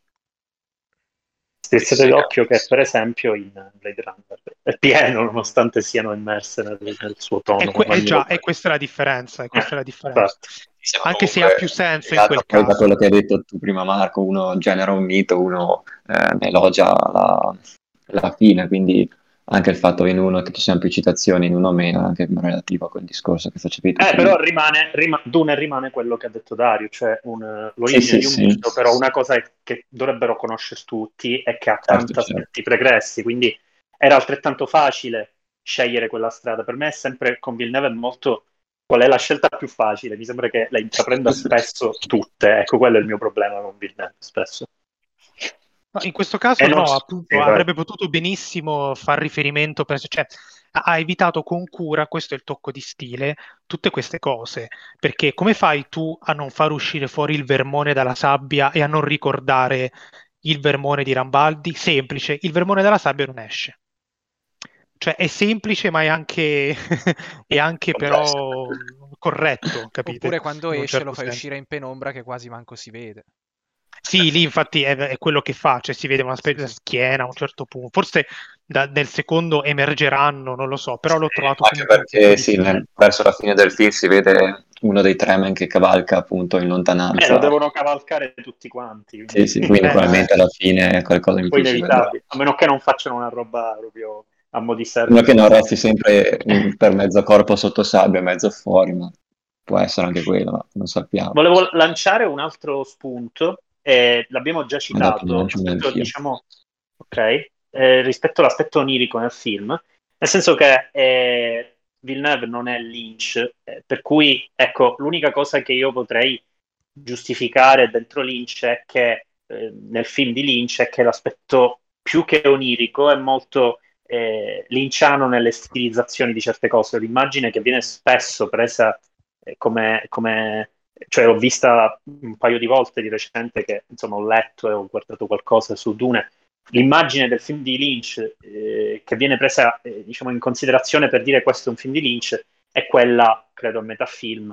Strizzate d'occhio che per esempio in Blade Runner è pieno, nonostante siano immerse nel suo tono Già, magnifico. e questa è la differenza, e questa è la differenza. Infatti. Anche se ha più senso in quel Poi da caso. quello che hai detto tu prima, Marco, uno genera un mito, uno elogia la fine, quindi anche il fatto in uno che ci siano più citazioni, in uno meno, è anche relativo a quel discorso che facevi tu prima. Però Dune rimane quello che ha detto Dario, cioè l'origine Sì, di un sì. mito, però una cosa che dovrebbero conoscere tutti è che ha tanti Certo. aspetti pregressi, quindi era altrettanto facile scegliere quella strada. Per me è sempre con Villeneuve è molto qual è la scelta più facile, mi sembra che la intraprenda spesso tutte, ecco quello è il mio problema con Villeneuve spesso. No, in questo caso Non no, so- appunto, sì, vai. avrebbe potuto benissimo far riferimento, cioè ha evitato con cura, questo è il tocco di stile, tutte queste cose, perché come fai tu a non far uscire fuori il vermone dalla sabbia e a non ricordare il vermone di Rambaldi? Semplice, il vermone dalla sabbia non esce. Cioè è semplice, ma è anche però corretto, capite? Oppure quando In un esce lo certo fai senso. uscire in penombra che quasi manco si vede. Sì, lì infatti è quello che fa, cioè si vede una specie di Sì. schiena a un certo punto. Forse nel secondo emergeranno, non lo so, però l'ho trovato Anche comunque un tocco perché di sì, stile. verso la fine del film si vede uno dei Tremen che cavalca appunto in Lo lontananza. devono cavalcare tutti quanti, Sì, quindi sì, quindi Sì. probabilmente alla fine qualcosa un in po' più si vedrà. inevitabile, a meno che non facciano una roba proprio a mo' di Uno che service. non resti sempre per mezzo corpo sotto sabbia, mezzo fuori, ma può essere anche quello, ma non sappiamo. Volevo lanciare un altro spunto, l'abbiamo già Ma dopo ne citato, lancio uno rispetto, anch'io. diciamo, ok, rispetto all'aspetto onirico nel film, nel senso che Villeneuve non è Lynch, per cui, ecco, l'unica cosa che io potrei giustificare dentro Lynch è che, nel film di Lynch, è che l'aspetto più che onirico è molto lynchiano nelle stilizzazioni di certe cose, l'immagine che viene spesso presa come cioè ho vista un paio di volte di recente che insomma ho letto e ho guardato qualcosa su Dune. L'immagine del film di Lynch che viene presa diciamo in considerazione per dire questo è un film di Lynch è quella, credo a metà film,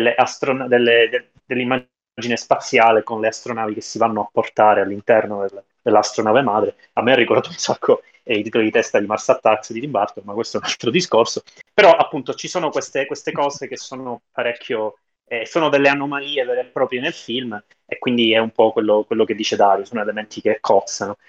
dell'immagine spaziale con le astronavi che si vanno a portare all'interno dell'astronave madre. A me ha ricordato un sacco i titoli di testa di Mars Attacks di Tim Burton, ma questo è un altro discorso. Però appunto ci sono queste cose che sono parecchio sono delle anomalie vere e proprie nel film e quindi è un po' quello che dice Dario, sono elementi che cozzano.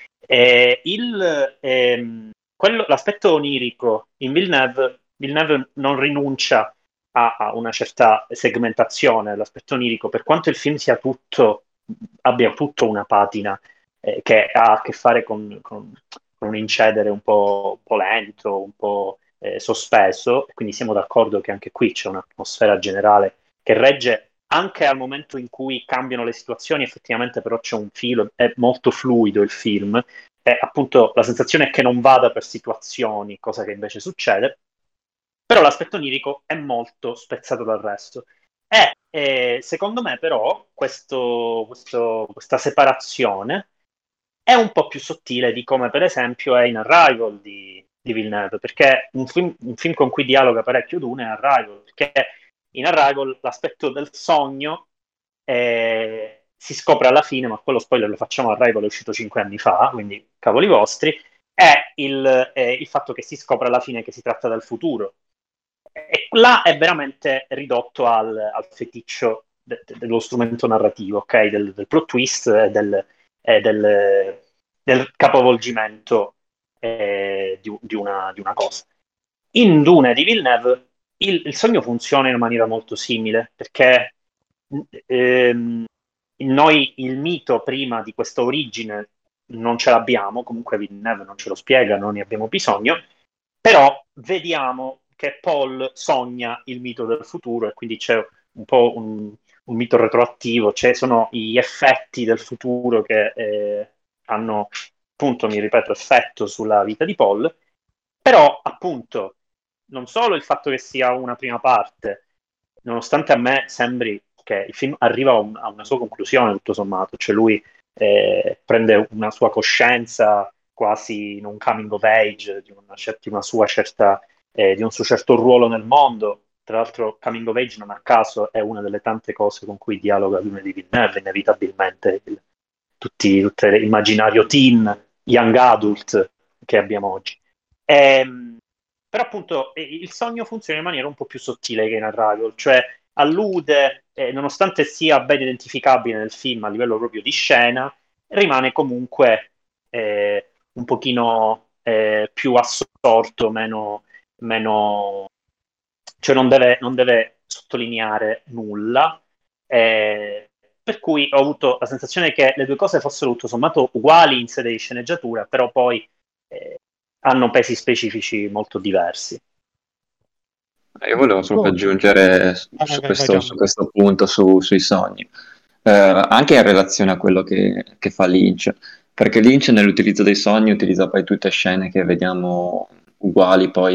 L'aspetto onirico in Villeneuve non rinuncia a una certa segmentazione dell'aspetto onirico, per quanto il film abbia tutto una patina che ha a che fare con un incedere un po' lento, un po' sospeso, quindi siamo d'accordo che anche qui c'è un'atmosfera generale che regge anche al momento in cui cambiano le situazioni, effettivamente però c'è un filo, è molto fluido il film, e appunto la sensazione è che non vada per situazioni, cosa che invece succede. Però l'aspetto onirico è molto spezzato dal resto. E secondo me, però, questa separazione è un po' più sottile di come, per esempio, è in Arrival di Villeneuve, perché un film con cui dialoga parecchio Dune è Arrival, perché in Arrival l'aspetto del sogno si scopre alla fine, ma quello spoiler lo facciamo, Arrival è uscito 5 anni fa, quindi cavoli vostri, è il fatto che si scopre alla fine che si tratta del futuro. E là è veramente ridotto al feticcio dello strumento narrativo, ok? Del plot twist del capovolgimento di una cosa. In Dune di Villeneuve il sogno funziona in maniera molto simile, perché ehm, noi il mito prima di questa origine non ce l'abbiamo, comunque Villeneuve non ce lo spiega, non ne abbiamo bisogno, però vediamo che Paul sogna il mito del futuro e quindi c'è un po' un mito retroattivo, cioè sono gli effetti del futuro che hanno, appunto, mi ripeto, effetto sulla vita di Paul, però appunto non solo il fatto che sia una prima parte, nonostante a me sembri che il film arriva a una sua conclusione tutto sommato, cioè lui prende una sua coscienza quasi in un coming of age di una sua certa di un suo certo ruolo nel mondo. Tra l'altro, coming of age, non a caso, è una delle tante cose con cui dialoga Dune di Villeneuve, inevitabilmente tutto l'immaginario teen, young adult che abbiamo oggi. Però appunto il sogno funziona in maniera un po' più sottile che in Arrival, cioè allude, nonostante sia ben identificabile nel film a livello proprio di scena, rimane comunque un pochino più assorto, meno, cioè non deve sottolineare nulla, per cui ho avuto la sensazione che le due cose fossero tutto sommato uguali in sede di sceneggiatura, però poi hanno pesi specifici molto diversi. Io volevo proprio Oh, aggiungere vai, su vai, vai, questo, Gian. su questo punto sui sogni, anche in relazione a quello che fa Lynch, perché Lynch nell'utilizzo dei sogni utilizza poi tutte scene che vediamo uguali poi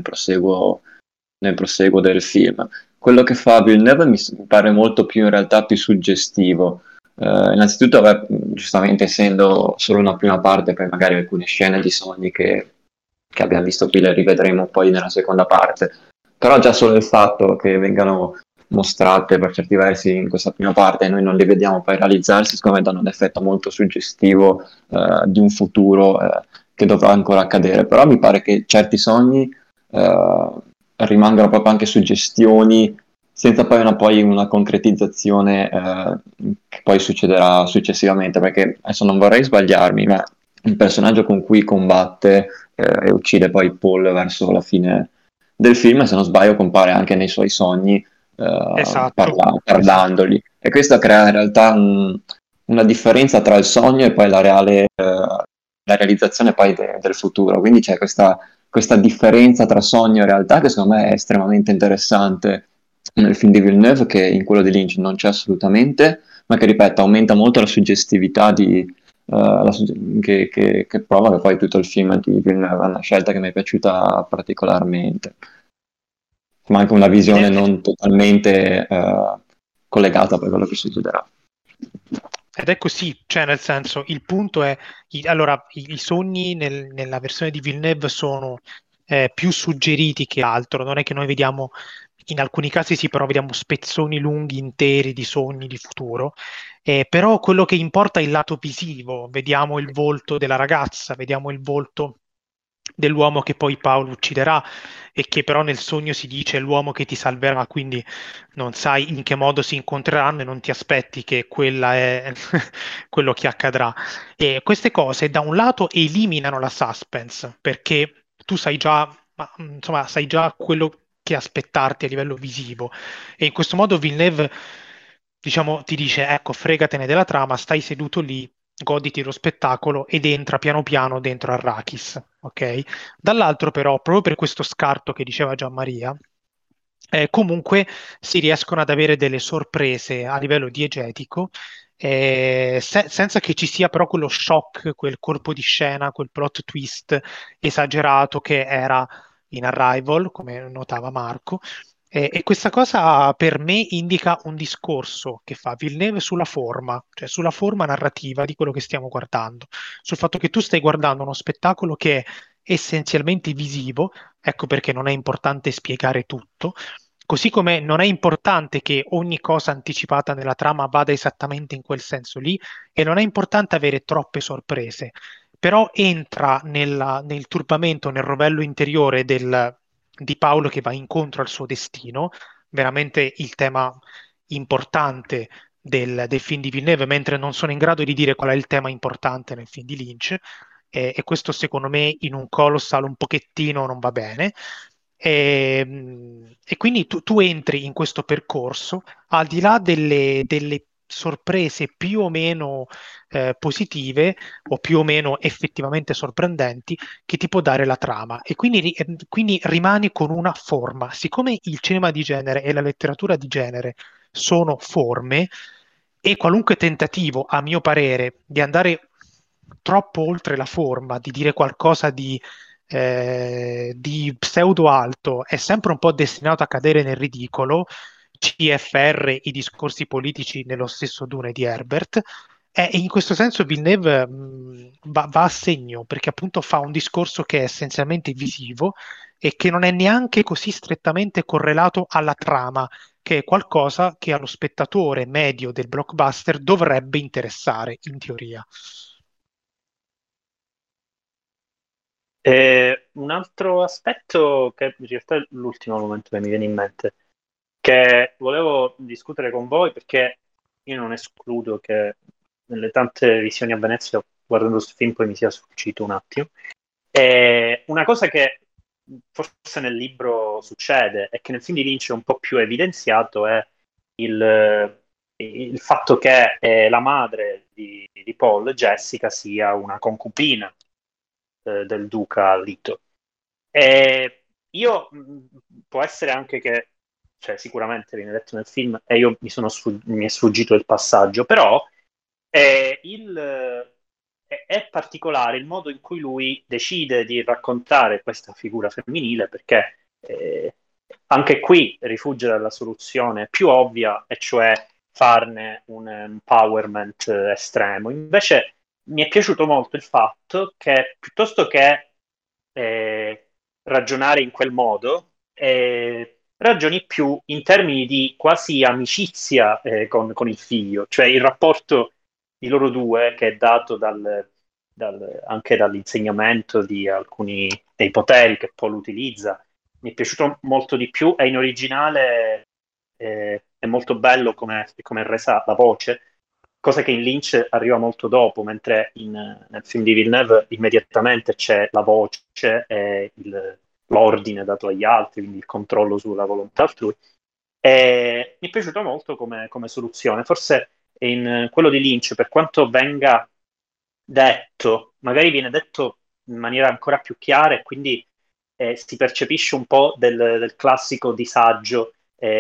nel proseguo del film. Quello che fa Villeneuve mi pare molto più in realtà più suggestivo. Innanzitutto, giustamente essendo solo una prima parte, poi magari alcune scene di sogni che abbiamo visto qui le rivedremo poi nella seconda parte. Però già solo il fatto che vengano mostrate per certi versi in questa prima parte e noi non le vediamo poi realizzarsi, secondo me danno un effetto molto suggestivo di un futuro che dovrà ancora accadere. Però mi pare che certi sogni rimangano proprio anche suggestioni senza poi una concretizzazione che poi succederà successivamente, perché adesso non vorrei sbagliarmi, ma il personaggio con cui combatte e uccide poi Paul verso la fine del film, se non sbaglio compare anche nei suoi sogni Esatto, esatto. parlandogli, e questo crea in realtà una differenza tra il sogno e poi la realizzazione poi del futuro, quindi c'è questa differenza tra sogno e realtà che secondo me è estremamente interessante nel film di Villeneuve, che in quello di Lynch non c'è assolutamente, ma che ripeto aumenta molto la suggestività che prova poi tutto il film di Villeneuve, è una scelta che mi è piaciuta particolarmente, ma anche una Ed visione è, non totalmente collegata per quello che succederà. ed è così, cioè nel senso, il punto è, allora, i sogni nella versione di Villeneuve sono più suggeriti che altro, non è che noi vediamo, in alcuni casi sì, però vediamo spezzoni lunghi interi di sogni di futuro, però quello che importa è il lato visivo, vediamo il volto della ragazza, vediamo il volto dell'uomo che poi Paolo ucciderà e che però nel sogno si dice è l'uomo che ti salverà, quindi non sai in che modo si incontreranno e non ti aspetti che quella è quello che accadrà. E queste cose da un lato eliminano la suspense perché tu sai già, insomma, sai già quello che aspettarti a livello visivo e in questo modo Villeneuve, diciamo, ti dice ecco, fregatene della trama, stai seduto lì, goditi lo spettacolo ed entra piano piano dentro Arrakis, ok? Dall'altro però, proprio per questo scarto che diceva Gianmaria, comunque si riescono ad avere delle sorprese a livello diegetico, senza che ci sia però quello shock, quel colpo di scena, quel plot twist esagerato che era in Arrival, come notava Marco, e questa cosa per me indica un discorso che fa Villeneuve sulla forma, cioè sulla forma narrativa di quello che stiamo guardando, sul fatto che tu stai guardando uno spettacolo che è essenzialmente visivo, ecco perché non è importante spiegare tutto, così come non è importante che ogni cosa anticipata nella trama vada esattamente in quel senso lì e non è importante avere troppe sorprese, però entra nel turbamento, nel rovello interiore di Paolo che va incontro al suo destino, veramente il tema importante del film di Villeneuve, mentre non sono in grado di dire qual è il tema importante nel film di Lynch, e questo secondo me in un Colossal un pochettino non va bene. E quindi tu entri in questo percorso al di là delle sorprese più o meno positive o più o meno effettivamente sorprendenti che ti può dare la trama e quindi rimani con una forma. Siccome il cinema di genere e la letteratura di genere sono forme e qualunque tentativo, a mio parere, di andare troppo oltre la forma, di dire qualcosa di pseudo alto, è sempre un po' destinato a cadere nel ridicolo. CFR, i discorsi politici nello stesso Dune di Herbert, e in questo senso Villeneuve va a segno perché appunto fa un discorso che è essenzialmente visivo e che non è neanche così strettamente correlato alla trama, che è qualcosa che allo spettatore medio del blockbuster dovrebbe interessare, in teoria. Un altro aspetto che in realtà è l'ultimo momento che mi viene in mente, che volevo discutere con voi perché io non escludo che nelle tante visioni a Venezia, guardando questo film, poi mi sia sfuggito un attimo. Una cosa che forse nel libro succede e che nel film di Lynch è un po' più evidenziato è il fatto che la madre di Paul, Jessica, sia una concubina del duca Lito. E io può essere anche che, cioè sicuramente viene detto nel film e io mi è sfuggito il passaggio, però è particolare il modo in cui lui decide di raccontare questa figura femminile perché anche qui rifugge dalla soluzione più ovvia, e cioè farne un empowerment estremo. Invece mi è piaciuto molto il fatto che piuttosto che ragionare in quel modo, ragioni più in termini di quasi amicizia con il figlio, cioè il rapporto di loro due che è dato anche dall'insegnamento di alcuni dei poteri che Paul utilizza. Mi è piaciuto molto di più e in originale è molto bello come è resa la voce, cosa che in Lynch arriva molto dopo, mentre nel film di Villeneuve immediatamente c'è la voce e l'ordine dato agli altri, quindi il controllo sulla volontà altrui. E mi è piaciuto molto come soluzione. Forse in quello di Lynch, per quanto venga detto, magari viene detto in maniera ancora più chiara e quindi si percepisce un po' del classico disagio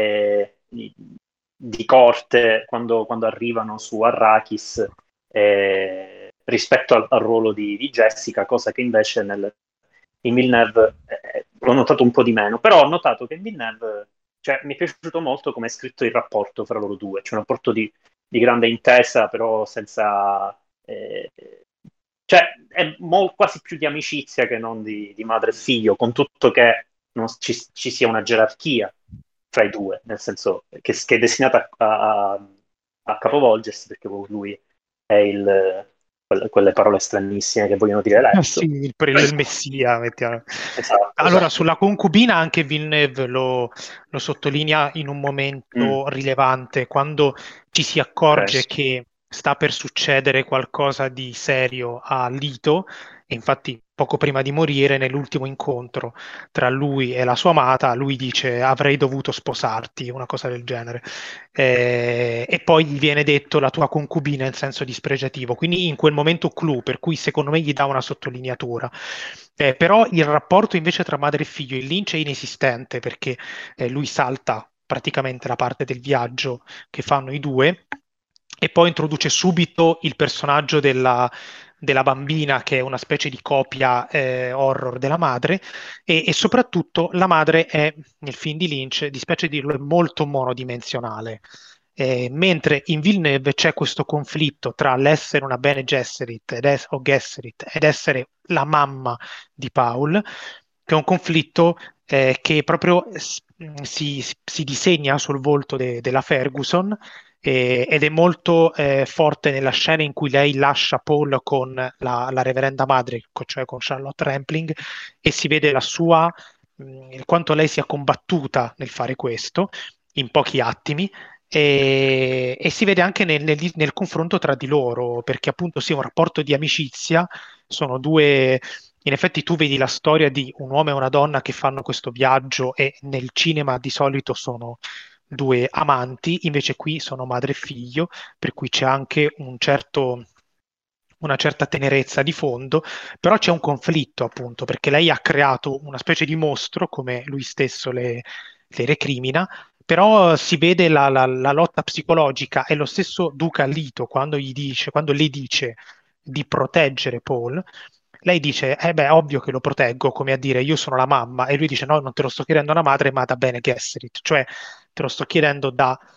di corte quando arrivano su Arrakis rispetto al ruolo di Jessica, cosa che invece in Villeneuve l'ho notato un po' di meno, però ho notato che in Villeneuve, cioè, mi è piaciuto molto come è scritto il rapporto fra loro due, cioè un rapporto di grande intesa, però senza... cioè, è quasi più di amicizia che non di madre e figlio, con tutto che non ci sia una gerarchia tra i due, nel senso che è destinata a capovolgersi, perché lui è quelle parole stranissime che vogliono dire Sì, letto. il messia, mettiamo. Esatto, Allora, esatto. sulla concubina anche Villeneuve lo sottolinea in un Mm, momento rilevante, quando ci si ok. accorge che sta per succedere qualcosa di serio a Lito, e infatti poco prima di morire, nell'ultimo incontro tra lui e la sua amata, lui dice avrei dovuto sposarti, una cosa del genere. E poi gli viene detto la tua concubina in senso dispregiativo, quindi in quel momento clou, per cui secondo me gli dà una sottolineatura. Però il rapporto invece tra madre e figlio in Lynch è inesistente perché lui salta praticamente la parte del viaggio che fanno i due e poi introduce subito il personaggio della bambina che è una specie di copia horror della madre e soprattutto la madre è, nel film di Lynch, dispiace dirlo, è molto monodimensionale. Mentre in Villeneuve c'è questo conflitto tra l'essere una Bene Gesserit o Gesserit ed essere la mamma di Paul, che è un conflitto che proprio si disegna sul volto della Ferguson ed è molto forte nella scena in cui lei lascia Paul con la reverenda madre, cioè con Charlotte Rampling, e si vede quanto lei sia combattuta nel fare questo in pochi attimi. E si vede anche nel confronto tra di loro, perché appunto sì, è un rapporto di amicizia, sono due, in effetti tu vedi la storia di un uomo e una donna che fanno questo viaggio e nel cinema di solito sono due amanti, invece qui sono madre e figlio, per cui c'è anche una certa tenerezza di fondo, però c'è un conflitto appunto, perché lei ha creato una specie di mostro, come lui stesso le recrimina, però si vede la lotta psicologica e lo stesso Duca Lito quando le dice di proteggere Paul, lei dice, beh, ovvio che lo proteggo, come a dire, io sono la mamma, e lui dice, no, non te lo sto chiedendo da madre, ma da Bene Gesserit, cioè te lo sto chiedendo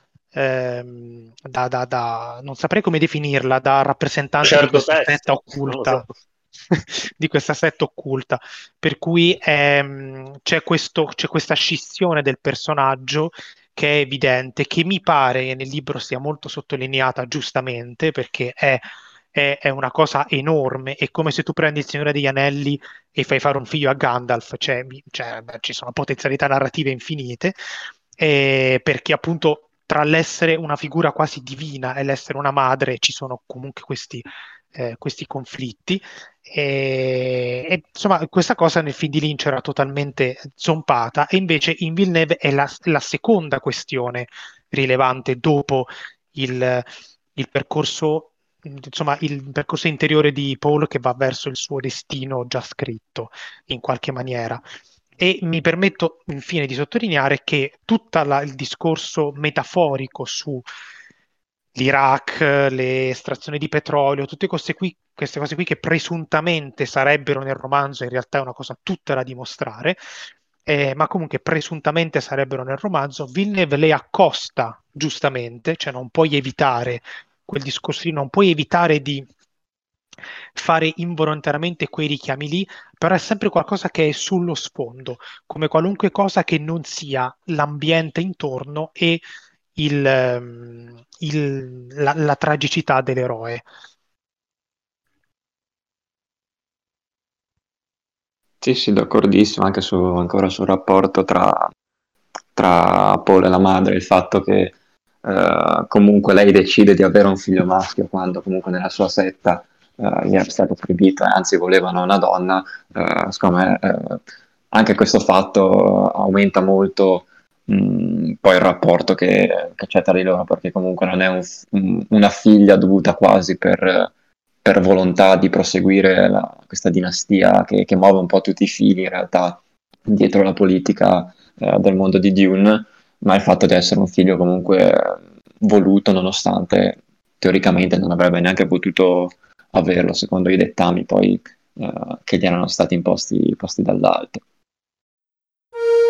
non saprei come definirla, da rappresentante di questa setta Sacerdotessa, non lo occulta, so. di questa setta occulta, per cui c'è questa scissione del personaggio che è evidente, che mi pare nel libro sia molto sottolineata giustamente, perché è una cosa enorme, è come se tu prendi il Signore degli Anelli e fai fare un figlio a Gandalf, beh, ci sono potenzialità narrative infinite, perché appunto tra l'essere una figura quasi divina e l'essere una madre ci sono comunque questi conflitti. Insomma, questa cosa nel film di Lynch era totalmente zompata, e invece in Villeneuve è la seconda questione rilevante dopo il, il percorso, insomma, il percorso interiore di Paul che va verso il suo destino già scritto in qualche maniera. E mi permetto infine di sottolineare che tutto il discorso metaforico su l'Iraq, le estrazioni di petrolio, tutte queste cose qui che presuntamente sarebbero nel romanzo, in realtà è una cosa tutta da dimostrare, ma comunque presuntamente sarebbero nel romanzo, Villeneuve le accosta giustamente, cioè non puoi evitare quel discorso lì, non puoi evitare di fare involontariamente quei richiami lì, però è sempre qualcosa che è sullo sfondo, come qualunque cosa che non sia l'ambiente intorno e la tragicità dell'eroe. Sì, sì, d'accordissimo, anche ancora sul rapporto tra Paul e la madre, il fatto che comunque lei decide di avere un figlio maschio quando comunque nella sua setta gli è stato proibito, anzi volevano una donna, secondo me anche questo fatto aumenta molto poi il rapporto che c'è tra di loro, perché comunque non è una figlia dovuta quasi per volontà di proseguire questa dinastia che muove un po' tutti i fili in realtà dietro la politica del mondo di Dune, ma il fatto di essere un figlio comunque voluto nonostante teoricamente non avrebbe neanche potuto averlo secondo i dettami poi che gli erano stati imposti dall'alto.